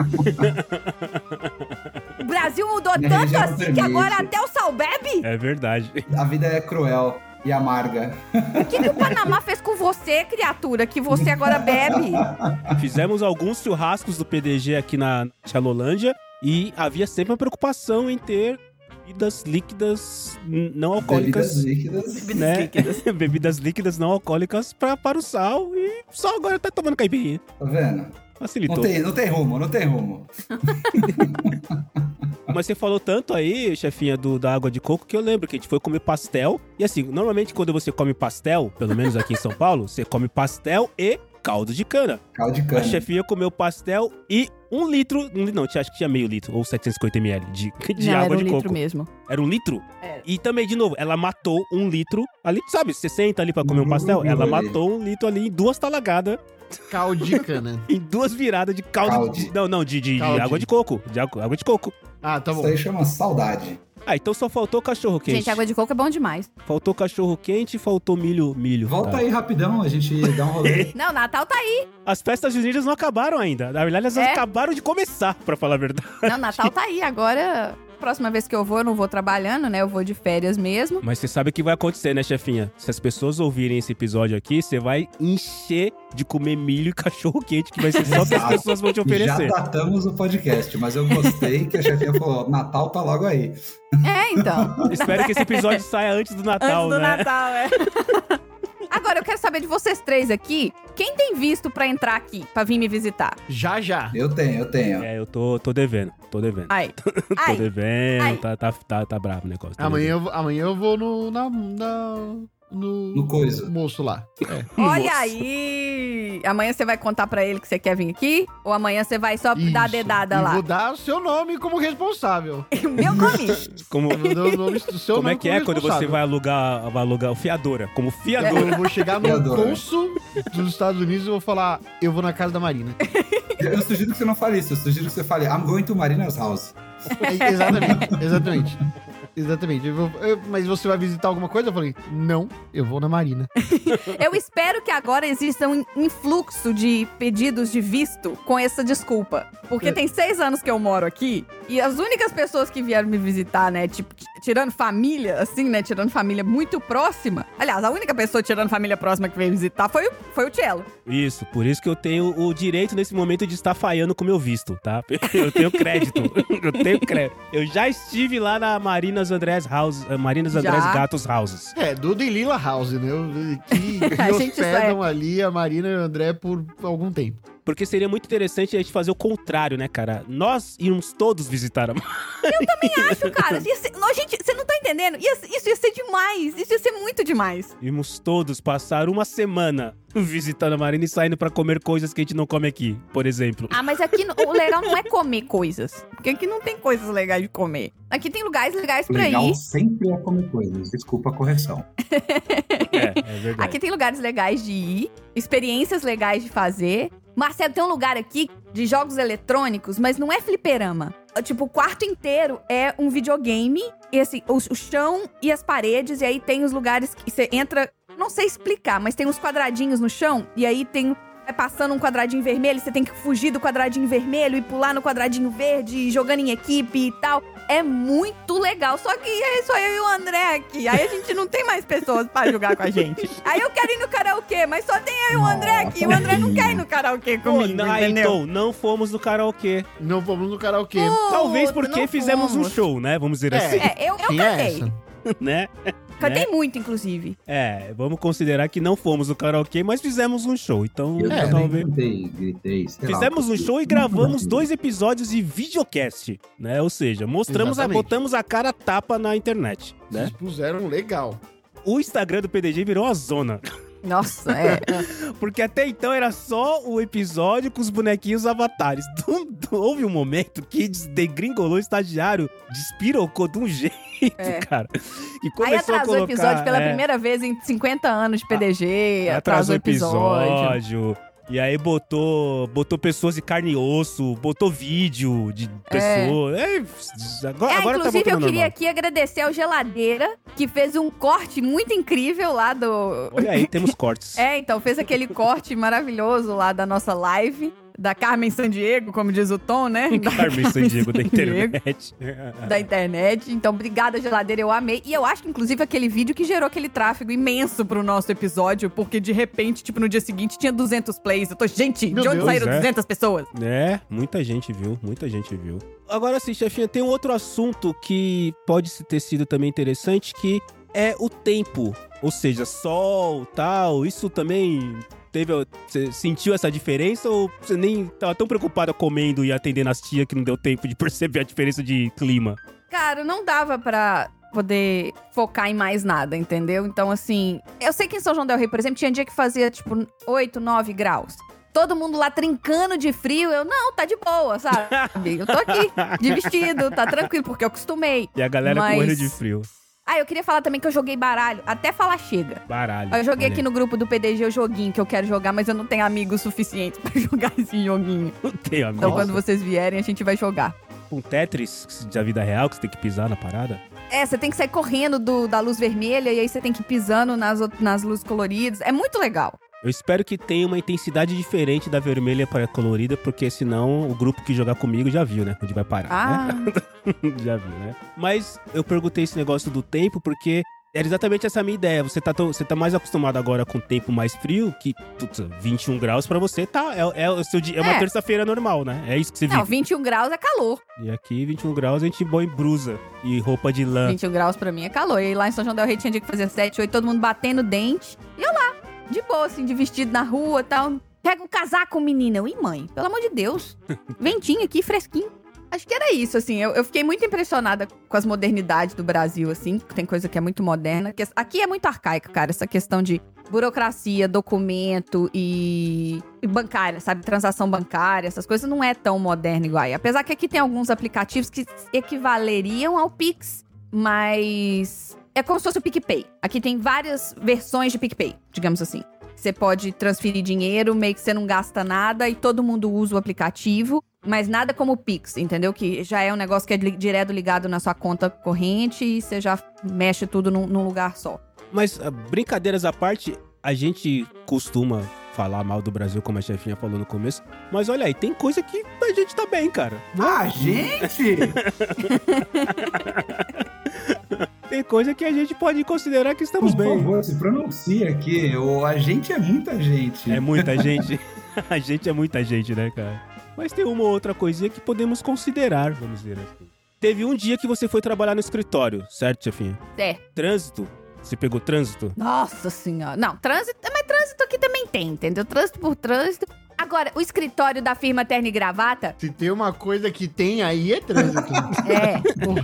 O Brasil mudou Minha tanto região assim que permite. agora até o Sal bebe? É verdade. A vida é cruel e amarga. O que, que o Panamá fez com você, criatura? Que você agora bebe? Fizemos alguns churrascos do P D G aqui na Chalolândia e havia sempre uma preocupação em ter bebidas líquidas n- não alcoólicas. Bebidas líquidas. Né? Bebidas líquidas não alcoólicas pra, para o Sal e só agora tá tomando caipirinha. Tá vendo? Facilitou. Não tem, não tem rumo, não tem rumo. Mas você falou tanto aí, chefinha, do, da água de coco, que eu lembro que a gente foi comer pastel. E assim, normalmente quando você come pastel, pelo menos aqui em São Paulo, você come pastel e caldo de cana. Caldo de A cana. chefinha comeu pastel e um litro, não, acho que tinha meio litro, ou setecentos e cinquenta mililitros de, de Não, água era um de litro coco. mesmo. Era um litro? Era. E também, de novo, ela matou um litro ali, sabe? Você senta ali pra comer um pastel, Uhum. ela matou um litro ali em duas talagadas, Caldo de cana. em duas viradas de caldo. Calde. De, não, não, de, de, de Calde. água de coco. De água, água de coco. Ah, tá bom. Isso aí chama saudade. Ah, então só faltou cachorro quente. Gente, água de coco é bom demais. Faltou cachorro quente e faltou milho. milho Volta tá. aí rapidão, a gente dá um rolê. Não, Natal tá aí. As festas juninas não acabaram ainda. Na verdade, elas É? acabaram de começar, pra falar a verdade. Não, Natal tá aí. Agora, próxima vez que eu vou, eu não vou trabalhando, né? Eu vou de férias mesmo. Mas você sabe o que vai acontecer, né, chefinha? Se as pessoas ouvirem esse episódio aqui, você vai encher de comer milho e cachorro quente, que vai ser só o que as Exato. pessoas vão te Já oferecer. datamos o podcast, mas eu gostei que a chefinha falou, Natal tá logo aí. É, então. Espero que esse episódio saia antes do Natal, Antes do né? Natal, é. Agora, eu quero saber de vocês três aqui. Quem tem visto pra entrar aqui, pra vir me visitar? Já, já. Eu tenho, eu tenho. É, eu tô, tô devendo, tô devendo. Ai. tô Ai. devendo, Ai. tá, tá, tá, tá bravo o negócio. tô Amanhã devendo. eu, vou- amanhã eu vou no. Na, na- no. No coisa. Moço lá. É. Olha Nossa. aí! Amanhã você vai contar pra ele que você quer vir aqui? Ou amanhã você vai só dar a Isso. dedada E lá? vou dar o seu nome como responsável. Meu nome! Como, Eu vou dar o nome do seu como nome é que é como quando você responsável. vai alugar, vai alugar o fiadora? Como fiadora. Eu vou chegar no Fiadora. cônsul dos Estados Unidos e vou falar, eu vou na casa da Marina. Eu sugiro que você não fale isso, eu sugiro que você fale, I'm going to Marina's house. É, exatamente, exatamente. Exatamente. Eu vou- eu- mas você vai visitar alguma coisa? Eu falei, não, eu vou na Marina. Eu espero que agora exista um influxo de pedidos de visto com essa desculpa. Porque É. tem seis anos que eu moro aqui e as únicas pessoas que vieram me visitar, né, tipo, tirando família, assim, né? Tirando família muito próxima. Aliás, a única pessoa tirando família próxima que veio visitar foi o, foi o Cello. Isso, por isso que eu tenho o direito nesse momento de estar falhando com o meu visto, tá? Eu tenho crédito. Eu tenho crédito. Eu já estive lá na Marinas Andrés House, Marinas Andrés Já? Gatos Houses. É, Duda e Lila House, né? Eu- Que, que A gente hospedam ali a Marina e o André por algum tempo. Porque seria muito interessante a gente fazer o contrário, né, cara? Nós íamos todos visitar a Acho, cara. Ia ser, não, gente, você não tá entendendo? Ia ser- isso ia ser demais. Isso ia ser muito demais. Íamos todos passar uma semana visitando a Marina e saindo pra comer coisas que a gente não come aqui, por exemplo. Ah, mas aqui no- o legal não é comer coisas. Porque aqui não tem coisas legais de comer. Aqui tem lugares legais O pra legal ir. sempre é comer coisas. Desculpa a correção. É, é verdade. Aqui tem lugares legais de ir, experiências legais de fazer. Marcelo, tem um lugar aqui de jogos eletrônicos, mas não é fliperama. Tipo, o quarto inteiro é um videogame. E assim, o, o chão e as paredes. E aí tem os lugares que você entra... Não sei explicar, mas tem uns quadradinhos no chão. E aí tem... Vai passando um quadradinho vermelho, você tem que fugir do quadradinho vermelho e pular no quadradinho verde, jogando em equipe e tal. É muito legal. Só que é só eu e o André aqui. Aí a gente não tem mais pessoas pra jogar com a gente. Aí eu quero ir no karaokê, mas só tem eu e o André aqui. O André não quer ir no karaokê Pô, comigo, não, entendeu? então, não fomos no karaokê. Não fomos no karaokê. Talvez Puta, porque não fizemos um fomos. show, né? Vamos dizer É. assim, É, eu, eu Tinha cantei. essa. né? Cantei Né? muito, inclusive. É, vamos considerar que não fomos no karaokê, mas fizemos um show. Então, Eu É, também talvez... gritei, gritei, sei lá. Fizemos um show e gravamos dois episódios de videocast, né? Ou seja, mostramos, a, Exatamente. botamos a cara a tapa na internet, né? Vocês puseram legal. O Instagram do P D G virou uma zona. Nossa, é. Porque até então era só o episódio com os bonequinhos avatares. Do- do- houve um momento que degringolou o estagiário, despirocou de um jeito, É. cara. E Aí começou a atrasou o colocar... episódio pela é, primeira vez em cinquenta anos de P D G. atrasou Atrasou o o episódio. episódio. E aí botou, botou pessoas de carne e osso, botou vídeo de pessoas. É, agora, É, agora tá inclusive, voltando eu queria normal. aqui agradecer ao Geladeira, que fez um corte muito incrível lá do... Olha aí, temos cortes. É, então, fez aquele corte maravilhoso lá da nossa live, da Carmen Sandiego, como diz o Tom, né? Da Carmen Sandiego da Sandiego. internet. Da internet. Então, obrigada, Geladeira, eu amei. E eu acho que, inclusive, aquele vídeo que gerou aquele tráfego imenso pro nosso episódio, porque, de repente, tipo, no dia seguinte, tinha duzentos plays. Eu tô, gente, Meu de onde Deus, saíram é. duzentas pessoas? É, muita gente viu, muita gente viu. Agora sim, chefinha, tem um outro assunto que pode ter sido também interessante, que é o tempo. Ou seja, sol, tal, isso também... Teve, você sentiu essa diferença ou você nem tava tão preocupada comendo e atendendo as tias que não deu tempo de perceber a diferença de clima? Cara, não dava pra poder focar em mais nada, entendeu? Então, assim, eu sei que em São João del Rei, por exemplo, tinha dia que fazia, tipo, oito, nove graus. Todo mundo lá trincando de frio, eu, não, tá de boa, sabe? Eu tô aqui, de vestido, tá tranquilo, porque eu acostumei. E a galera Mas- morrendo de frio. Ah, eu queria falar também que eu joguei baralho, até falar chega. Baralho. Eu joguei Olha aqui aí. no grupo do P D G o joguinho que eu quero jogar, mas eu não tenho amigos suficientes pra jogar esse joguinho. Não tem amigo. Então, quando vocês vierem, a gente vai jogar. Um Tetris da vida real que você tem que pisar na parada? É, você tem que sair correndo do, da luz vermelha e aí você tem que ir pisando nas, out- nas luzes coloridas. É muito legal. Eu espero que tenha uma intensidade diferente da vermelha para a colorida, porque senão o grupo que jogar comigo já viu, né? Onde vai parar, Ah, né? Já viu, né? Mas eu perguntei esse negócio do tempo porque era exatamente essa minha ideia. Você tá, tão- você tá mais acostumado agora com o tempo mais frio, que putz, vinte e um graus pra você tá, é, é, o seu dia- é uma É. terça-feira normal, né? É isso que você não, vive. vinte e um graus é calor. E aqui, vinte e um graus, a gente põe blusa e roupa de lã. vinte e um graus pra mim é calor. E aí lá em São João del Rei tinha dia que fazia sete, oito, todo mundo batendo dente. E eu lá, de boa, assim, de vestido na rua e tal. Pega um casaco, menina. Eu, e mãe, pelo amor de Deus. Ventinho aqui, fresquinho. Acho que era isso, assim. Eu, eu fiquei muito impressionada com as modernidades do Brasil, assim. Tem coisa que é muito moderna. que Aqui é muito arcaica, cara. Essa questão de burocracia, documento e, e bancária, sabe? Transação bancária, essas coisas não é tão moderna igual aí. Apesar que aqui tem alguns aplicativos que equivaleriam ao Pix, mas é como se fosse o PicPay. Aqui tem várias versões de PicPay, digamos assim. Você pode transferir dinheiro, meio que você não gasta nada e todo mundo usa o aplicativo, mas nada como o Pix, entendeu? Que já é um negócio que é li- direto ligado na sua conta corrente e você já mexe tudo num, num lugar só. Mas, ah, brincadeiras à parte, a gente costuma falar mal do Brasil, como a chefinha falou no começo. Mas olha aí, tem coisa que a gente tá bem, cara. Ah, gente! Tem coisa que a gente pode considerar que estamos Por bem. favor, se pronuncia aqui. O, a gente é muita gente. É muita gente. A gente é muita gente, né, cara? Mas tem uma ou outra coisinha que podemos considerar, vamos dizer assim. Teve um dia que você foi trabalhar no escritório, certo, chefinha? É. Trânsito? Você pegou trânsito? Nossa senhora. Não, trânsito, mas trânsito aqui também tem, entendeu? Trânsito por trânsito. Agora, o escritório da firma Terno e Gravata... Se tem uma coisa que tem aí, é trânsito. É.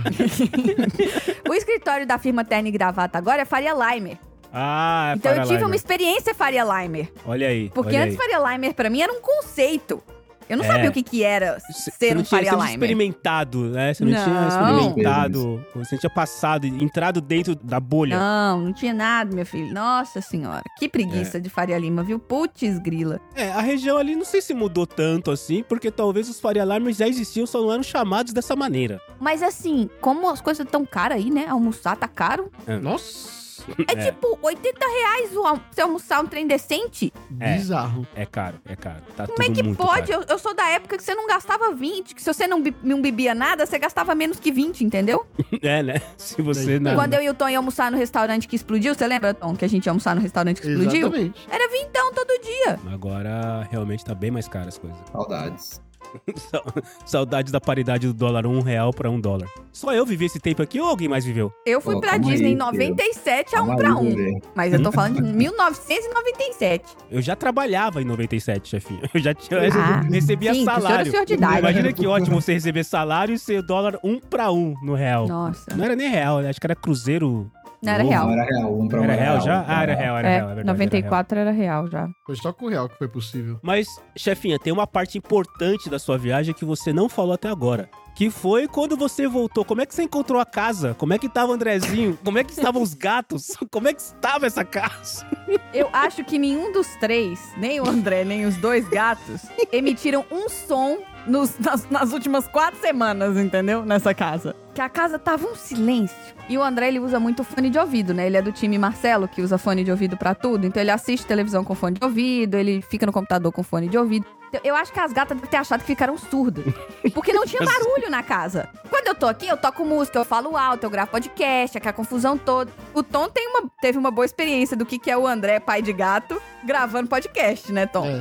O escritório da firma Terno e Gravata agora é Faria Limer. Ah, é Então eu Faria tive Limer. uma experiência Faria Limer. Olha aí, Porque olha antes aí. Faria Limer pra mim era um conceito. Eu não É. sabia o que que era Cê- ser você um não tinha, Faria você não tinha Limer. experimentado, né? Você não, Não. tinha experimentado, você não tinha passado, entrado dentro da bolha. Não, não tinha nada, meu filho. Nossa senhora. Que preguiça É. de Faria Lima, viu? Putz, grila. É, a região ali não sei se mudou tanto assim, porque talvez os Faria Limer já existiam, só não eram chamados dessa maneira. Mas assim, como as coisas tão caras aí, né? Almoçar tá caro. Nossa, É, tipo oitenta reais o al- você almoçar um trem decente. É. bizarro. É caro, é caro. Tá Como é tudo que muito pode? caro. Eu, eu sou da época que você não gastava vinte, que se você não, be- não bebia nada, você gastava menos que vinte, entendeu? É, né? Se você não... Quando eu e o Tom ia almoçar no restaurante que explodiu, você lembra, Tom, que a gente ia almoçar no restaurante que explodiu? Exatamente. Era vintão todo dia. Agora, realmente, tá bem mais caro as coisas. Saudades. Sa- Saudades da paridade do dólar, um real pra um dólar. Só eu vivi esse tempo aqui ou alguém mais viveu? Eu fui Pô, pra calma Disney aí, em noventa e sete a Calma um aí, pra um. bebê. Mas eu tô falando de mil novecentos e noventa e sete. Eu já trabalhava em noventa e sete, chefinho. Eu já tinha, Ah, recebia sim, que o senhor é salário. senhor de idade. Imagina que ótimo você receber salário e ser dólar um pra um no real. Nossa. Não era nem real, né? Acho que era cruzeiro. Não era Novo. real. Não era real. Um pra um Era era real já? um pra Ah, era um. real, era É, real. É verdade, noventa e era real. quatro era real já. Foi só com o real que foi possível. Mas, chefinha, tem uma parte importante da sua viagem que você não falou até agora. Que foi quando você voltou. Como é que você encontrou a casa? Como é que tava o Andrezinho? Como é que estavam os gatos? Como é que estava essa casa? Eu acho que nenhum dos três, nem o André, nem os dois gatos, emitiram um som nos- nas, nas últimas quatro semanas, entendeu? Nessa casa. Que a casa tava um silêncio. E o André, ele usa muito fone de ouvido, né? Ele é do time Marcelo, que usa fone de ouvido pra tudo. Então ele assiste televisão com fone de ouvido, ele fica no computador com fone de ouvido. Eu- Eu acho que as gatas devem ter achado que ficaram surdas. Porque não tinha barulho na casa. Quando eu tô aqui, eu toco música, eu falo alto, eu gravo podcast, aquela confusão toda. O Tom tem uma, teve uma boa experiência do que, que é o André, pai de gato, gravando podcast, né, Tom?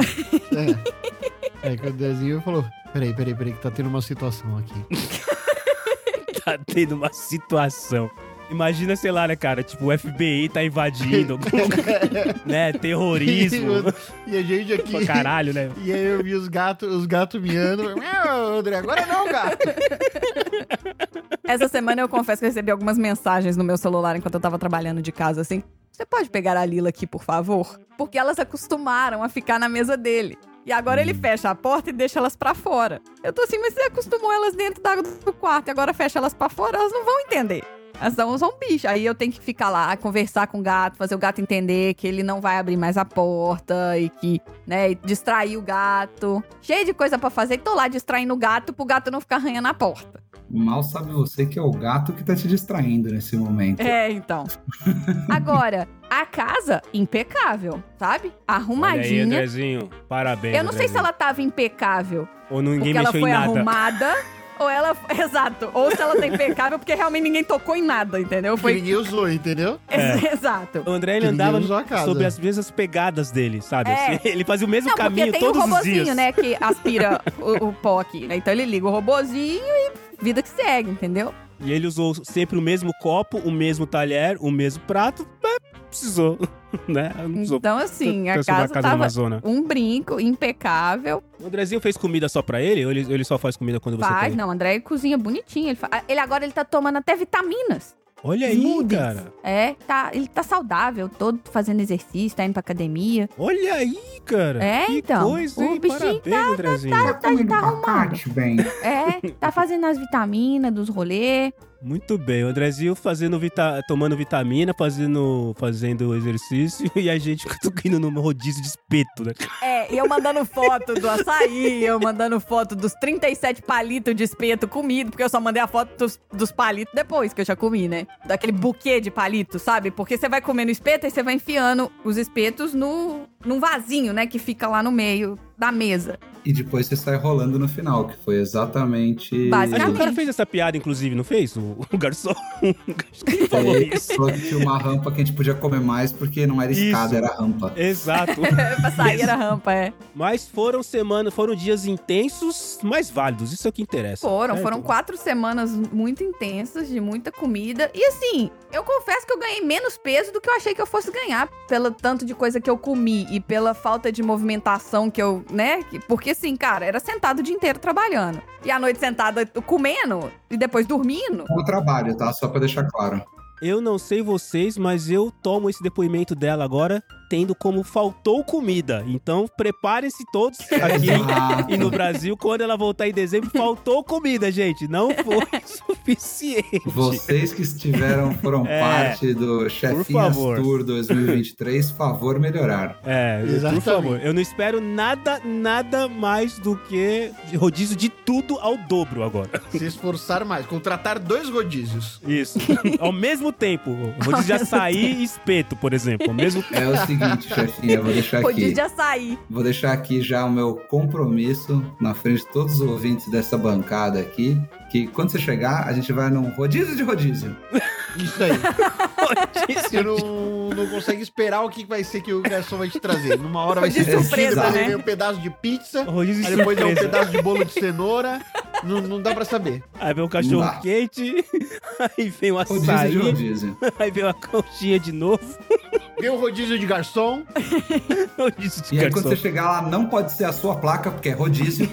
É, é. É que o Dezinho falou: peraí, peraí, peraí, que tá tendo uma situação aqui. Tá tendo uma situação. Imagina, sei lá, né, cara? Tipo, o F B I tá invadindo. né? Terrorismo. E a gente aqui. Pô, caralho, né? E aí eu vi os gatos, os gatos miando. Meu, André, agora não, gato. Essa semana eu confesso que eu recebi algumas mensagens no meu celular enquanto eu tava trabalhando de casa, assim. Você pode pegar a Lila aqui, por favor? Porque elas acostumaram a ficar na mesa dele. E agora ele fecha a porta e deixa elas pra fora. Eu tô assim, mas você acostumou elas dentro da- do quarto e agora fecha elas pra fora, elas não vão entender. Elas são, são bichos. Aí eu tenho que ficar lá, conversar com o gato, fazer o gato entender que ele não vai abrir mais a porta e que, né, e distrair o gato. Cheio de coisa pra fazer. Tô lá distraindo o gato pro gato não ficar arranhando a porta. Mal sabe você que é o gato que tá te distraindo nesse momento. É, então. Agora, a casa, impecável, sabe? Olha aí, Arrumadinha. Andrezinho. Parabéns, Eu não sei se Andrezinho. ela tava impecável Ou ninguém porque ela mexeu foi em nada. arrumada, ou ela... Exato. Ou se ela tá impecável porque realmente ninguém tocou em nada, entendeu? Foi... Foi... Ninguém usou, entendeu? É. Exato. O André, ele Que ninguém andava usou a casa. sobre as mesmas pegadas dele, sabe? É. Assim, ele fazia o mesmo Não, porque caminho tem todos o os robozinho, dias. né, que aspira o, o pó aqui, né? Então ele liga o robozinho e vida que segue, entendeu? E ele usou sempre o mesmo copo, o mesmo talher, o mesmo prato. Mas precisou, né? Não precisou Então, assim, a transformar casa, numa tava Amazona. um brinco, impecável. O Andrezinho fez comida só pra ele? Ou ele, ou ele só faz comida quando você tá Faz, aí? não, André cozinha bonitinho. Ele, fa- ele agora ele tá tomando até vitaminas. Olha aí, Smoothies. cara. É, tá, ele tá saudável, todo fazendo exercício, tá indo pra academia. Olha aí, cara. É, que então, coisa, o hein? bichinho Parabéns, Andrezinho. Tá comendo tá arrumado. abacate, bem. É, tá fazendo as vitaminas dos rolês. Muito bem, o Andrezinho fazendo vita... tomando vitamina, fazendo, fazendo exercício e a gente indo no rodízio de espeto, né? É, e eu mandando foto do açaí, eu mandando foto dos trinta e sete palitos de espeto comido, porque eu só mandei a foto dos, dos palitos depois que eu já comi, né? Daquele buquê de palitos, sabe? Porque você vai comendo espeto e você vai enfiando os espetos no, num vasinho, né? Que fica lá no meio da mesa. e depois você sai rolando no final, que foi exatamente... Ah, o Basicamente. cara fez essa piada, inclusive, não fez? O, o garçom. Ele falou É, isso. só que tinha uma rampa que a gente podia comer mais, porque não era escada, Isso. era rampa. Exato. Pra sair era rampa, é. Mas foram semanas, foram dias intensos, mas válidos. Isso é o que interessa. Foram, certo? foram quatro semanas muito intensas, de muita comida. E assim, eu confesso que eu ganhei menos peso do que eu achei que eu fosse ganhar. Pelo tanto de coisa que eu comi e pela falta de movimentação que eu, né? que- Porque assim, cara, era sentado o dia inteiro trabalhando. E à noite sentada comendo e depois dormindo. O trabalho, tá? Só pra deixar claro. Eu não sei vocês, mas eu tomo esse depoimento dela agora, tendo como faltou comida. Então, preparem-se todos aqui Exato. e no Brasil, quando ela voltar em dezembro, faltou comida, gente. Não foi suficiente. Vocês que estiveram, foram É, parte do Chefinhas favor. Tour dois mil e vinte e três, favor melhorar. É, Exatamente. por favor. Eu não espero nada, nada mais do que rodízio de tudo ao dobro agora. Se esforçar mais. Contratar dois rodízios. Isso. Ao mesmo tempo. Rodízio de açaí e espeto, por exemplo. Ao mesmo tempo. É o seguinte, chefinha, eu vou deixar Rodízio aqui. de açaí. Vou deixar aqui já o meu compromisso na frente de todos os ouvintes dessa bancada aqui, que quando você chegar, a gente vai num rodízio de rodízio. Isso aí. Você não, não consegue esperar o que vai ser que o garçom vai te trazer. Numa hora vai ser Rodízio sushi, surpresa, depois né? vem um pedaço de pizza, Rodízio aí depois é um surpresa. pedaço de bolo de cenoura. Não, não dá pra saber. Aí vem o cachorro Não dá. quente, aí vem o Rodízio açaí, de rodízio. aí vem uma coxinha de novo, Vem o rodízio de garçom. rodízio de E aí, quando garçom. você chegar lá, não pode ser a sua placa, porque é rodízio.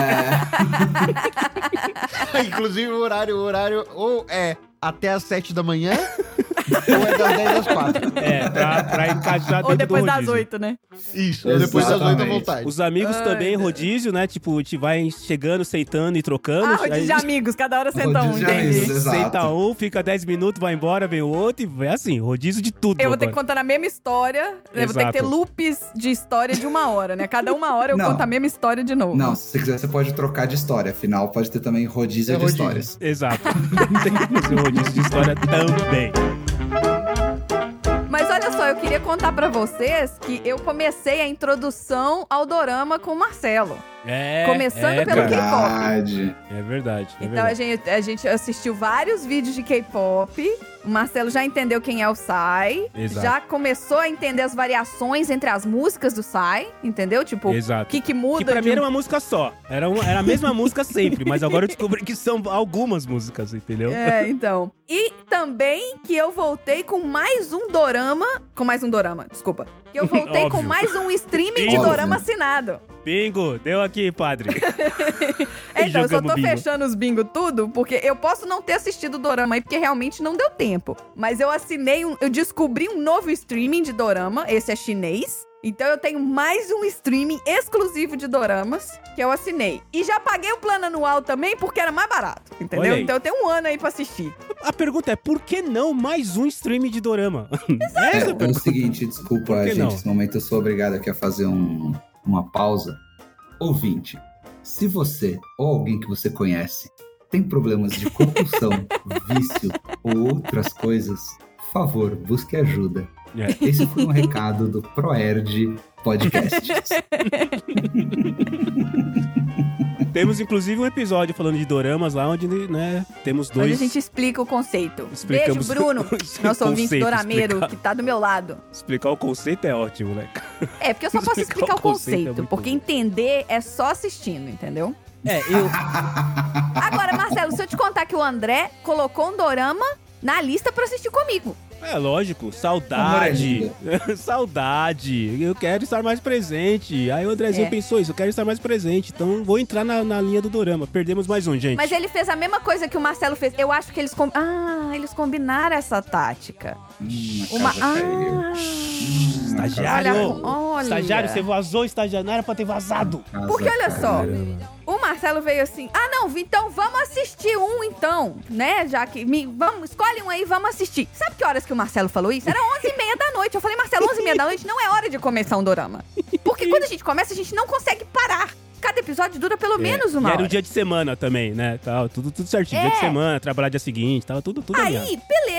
Inclusive o horário, o horário ou é até às sete da manhã, ou é das dez às quatro. É, pra, pra encaixar Ou dentro depois do das rodízio. oito, né? Isso, ou depois das oito à Exatamente. vontade. Os amigos Ai, também, meu rodízio, né? Tipo, a gente vai chegando, sentando e trocando. Ah, rodízio aí de amigos, cada hora senta um, Rodízio de amigos, entendi. exato. senta um, fica dez minutos, vai embora, vem o outro e é assim, rodízio de tudo. Eu vou ter que agora. contar a mesma história. Eu vou ter que ter Exato. loops de história de uma hora, né? Cada uma hora eu Não. conto a mesma história de novo. Não, se você quiser, você pode trocar de história. Afinal, pode ter também rodízio É de rodízio. histórias. Exato. Tem que fazer um rodízio de história também. Mas olha só, eu queria contar pra vocês que eu comecei a introdução ao dorama com o Marcelo. É, Começando é, pelo cara. K-pop. Verdade. É verdade, é Então a verdade. gente, a gente assistiu vários vídeos de K-pop. O Marcelo já entendeu quem é o Psy. Exato. Já começou a entender as variações entre as músicas do Psy, entendeu? Tipo, o Exato. que que muda Que pra de mim um- era uma música só. Era, uma- era a mesma música sempre, mas agora eu descobri que são algumas músicas, entendeu? É, então. E também que eu voltei com mais um dorama. Com mais um dorama, desculpa. Que eu voltei com Óbvio. mais um streaming de Óbvio. dorama assinado. Bingo, deu aqui, padre. É, então, eu só Jogamos tô bingo. fechando os bingo tudo, porque eu posso não ter assistido o dorama aí, porque realmente não deu tempo. Mas eu assinei, um, eu descobri um novo streaming de dorama, esse é chinês. Então eu tenho mais um streaming exclusivo de doramas que eu assinei. E já paguei o plano anual também, porque era mais barato, Olha entendeu? aí. Então eu tenho um ano aí pra assistir. A pergunta é, por que não mais um stream de dorama? Essa É, é a é o pergunta. seguinte, desculpa, Por que gente, não? nesse momento eu sou obrigado aqui a fazer um- uma pausa. Ouvinte, se você ou alguém que você conhece tem problemas de compulsão, vício ou outras coisas, por favor, busque ajuda. É. Esse foi um recado do ProErd Podcast. Temos, inclusive, um episódio falando de doramas lá, onde, né, temos Onde dois... a gente explica o conceito. Explicamos Beijo, Bruno, o nosso ouvinte conceito, dorameiro, explicar. que tá do meu lado. Explicar o conceito é ótimo, né? É, porque eu só posso Explicar explicar o o conceito é conceito, muito porque bom. entender é só assistindo, entendeu? É, eu... Agora, Marcelo, se eu te contar que o André colocou um dorama na lista pra assistir comigo. É lógico, saudade. Saudade. Eu quero estar mais presente. Aí o Andrezinho É. pensou isso, eu quero estar mais presente. Então vou entrar na, na linha do dorama. Perdemos mais um, gente. Mas ele fez a mesma coisa que o Marcelo fez. Eu acho que eles... Com... Ah, eles combinaram essa tática. Hum, a Uma... casa caiu. Ah... Hum, Estagiário. Olha, olha. Estagiário, você vazou, estagiário. Não era pra ter vazado. a casa Porque olha só, caiu. o Marcelo veio assim, ah não, então vamos assistir um então, né, já que, me, vamos, escolhe um aí, vamos assistir. Sabe que horas que o Marcelo falou isso? Era onze e meia da noite, eu falei, Marcelo, onze e meia da noite não é hora de começar um dorama. Porque quando a gente começa, a gente não consegue parar. Cada episódio dura pelo menos uma É. E era hora. o dia de semana também, né? Tal, tudo, tudo certinho. É. Dia de semana, trabalhar dia seguinte, tava tudo, tudo alinhado. Aí, beleza.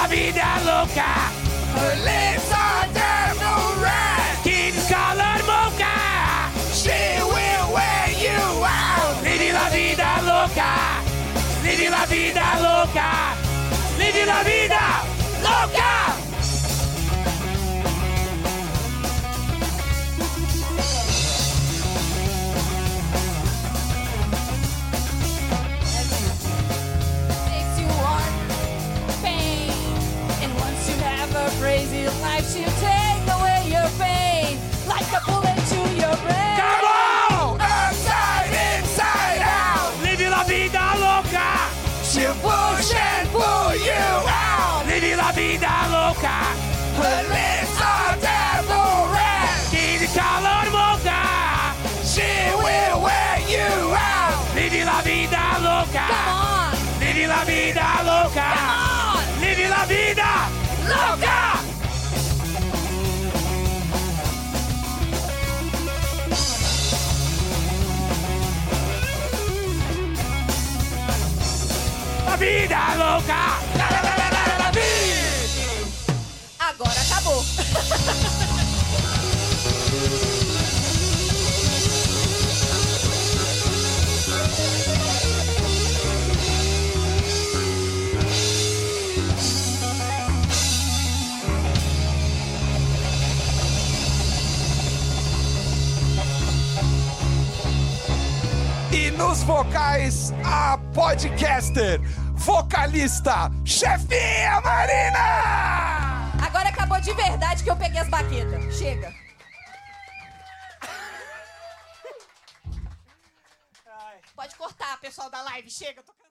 la vida loca. Her lips are devil red. Skin color mocha. She will wear you out. Living la vida loca. Living la vida loca. Living la vida loca. Makes you want pain. And once you have a crazy life, she'll take away your pain. Like a bullet to your brain. Come on! Upside, inside out. Living la vida loca. She'll push and pull you out. Living la vida loca. Her lips are devil red. Skin color mocha. She will wear you out. Living la vida loca. Come on! Living la vida loca. Come on! Living la vida loca. La vida loca. La, la, la, la, la, la vida. Agora acabou. E nos vocais, a podcaster, vocalista, chefinha Marina! Agora acabou de verdade que eu peguei as baquetas. Chega. Pode cortar, pessoal da live. Chega, eu tô cansada.